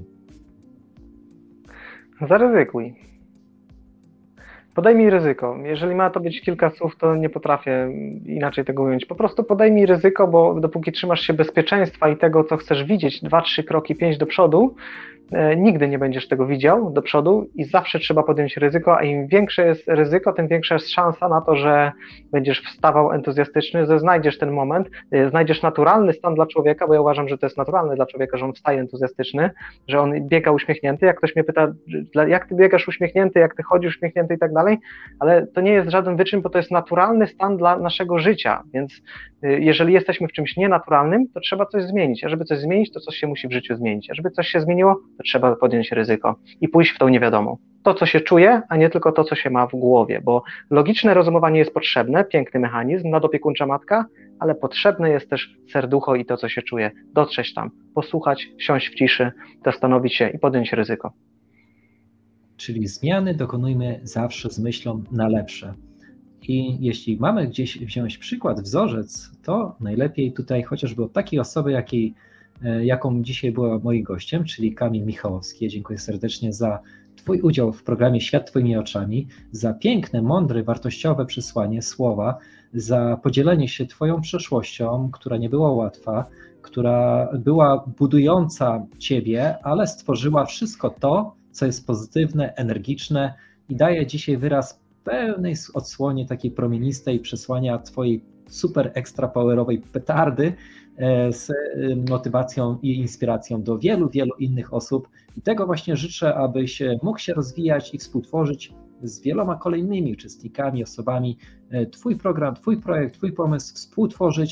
Zaryzykuj. Podejmij ryzyko. Jeżeli ma to być kilka słów, to nie potrafię inaczej tego ująć. Po prostu podejmij ryzyko, bo dopóki trzymasz się bezpieczeństwa i tego, co chcesz widzieć, dwa, trzy kroki, pięć do przodu, nigdy nie będziesz tego widział do przodu i zawsze trzeba podjąć ryzyko, a im większe jest ryzyko, tym większa jest szansa na to, że będziesz wstawał entuzjastyczny, że znajdziesz ten moment, znajdziesz naturalny stan dla człowieka, bo ja uważam, że to jest naturalne dla człowieka, że on wstaje entuzjastyczny, że on biega uśmiechnięty. Jak ktoś mnie pyta, jak ty biegasz uśmiechnięty, jak ty chodzisz uśmiechnięty i tak dalej, ale to nie jest żaden wyczyn, bo to jest naturalny stan dla naszego życia, więc jeżeli jesteśmy w czymś nienaturalnym, to trzeba coś zmienić, a żeby coś zmienić, to coś się musi w życiu zmienić, a żeby coś się zmieniło, to trzeba podjąć ryzyko i pójść w tą niewiadomą. To, co się czuje, a nie tylko to, co się ma w głowie, bo logiczne rozumowanie jest potrzebne, piękny mechanizm, nadopiekuńcza matka, ale potrzebne jest też serducho i to, co się czuje. Dotrzeć tam, posłuchać, siąść w ciszy, zastanowić się i podjąć ryzyko. Czyli zmiany dokonujmy zawsze z myślą na lepsze. I jeśli mamy gdzieś wziąć przykład, wzorzec, to najlepiej tutaj chociażby od takiej osoby, jakiej jaką dzisiaj była moim gościem, czyli Kamil Michałowski. Ja dziękuję serdecznie za Twój udział w programie Świat Twoimi oczami, za piękne, mądre, wartościowe przesłanie, słowa, za podzielenie się Twoją przeszłością, która nie była łatwa, która była budująca Ciebie, ale stworzyła wszystko to, co jest pozytywne, energiczne i daje dzisiaj wyraz pełnej odsłonie takiej promienistej przesłania Twojej super ekstra powerowej petardy z motywacją i inspiracją do wielu, wielu innych osób. I tego właśnie życzę, abyś mógł się rozwijać i współtworzyć z wieloma kolejnymi uczestnikami, osobami Twój program, Twój projekt, Twój pomysł współtworzyć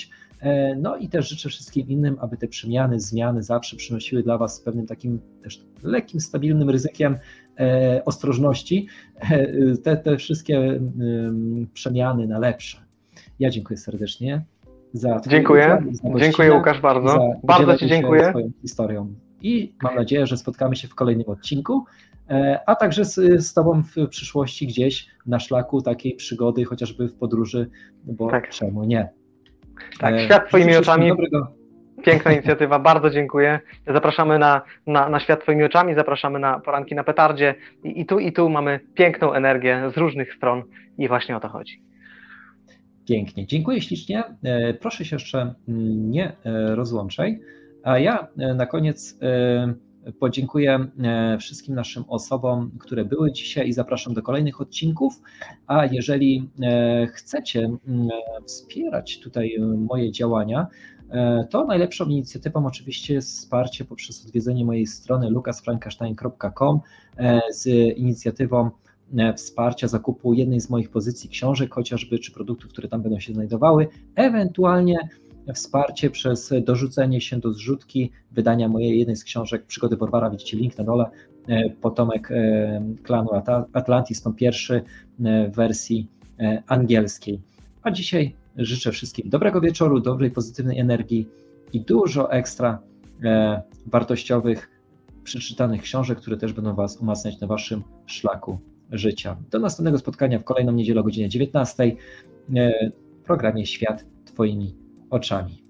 No i też życzę wszystkim innym, aby te przemiany, zmiany zawsze przynosiły dla Was z pewnym takim też lekkim, stabilnym ryzykiem ostrożności te, te wszystkie przemiany na lepsze. Ja dziękuję serdecznie za Twoje Dziękuję, udział, za dziękuję Łukasz bardzo, za bardzo Ci dziękuję. Swoją historią i mam nadzieję, że spotkamy się w kolejnym odcinku, a także z, z Tobą w przyszłości gdzieś na szlaku takiej przygody, chociażby w podróży, bo tak. Czemu nie? Tak, świat Twoimi oczami. Dobrego. Piękna inicjatywa, bardzo dziękuję. Zapraszamy na, na, na świat Twoimi oczami, zapraszamy na poranki na petardzie i, i tu i tu mamy piękną energię z różnych stron i właśnie o to chodzi. Pięknie, dziękuję ślicznie. Proszę się jeszcze nie rozłączaj, a ja na koniec podziękuję wszystkim naszym osobom, które były dzisiaj i zapraszam do kolejnych odcinków, a jeżeli chcecie wspierać tutaj moje działania, to najlepszą inicjatywą oczywiście jest wsparcie poprzez odwiedzenie mojej strony lukas frankenstein kropka com z inicjatywą wsparcia zakupu jednej z moich pozycji książek, chociażby, czy produktów, które tam będą się znajdowały, ewentualnie wsparcie przez dorzucenie się do zrzutki wydania mojej jednej z książek Przygody Borwara, widzicie link na dole, Potomek klanu Atlantis, to pierwszy w wersji angielskiej. A dzisiaj życzę wszystkim dobrego wieczoru, dobrej, pozytywnej energii i dużo ekstra wartościowych, przeczytanych książek, które też będą Was umacniać na Waszym szlaku życia. Do następnego spotkania w kolejną niedzielę o godzinie dziewiętnastej w programie Świat Twoimi oczami.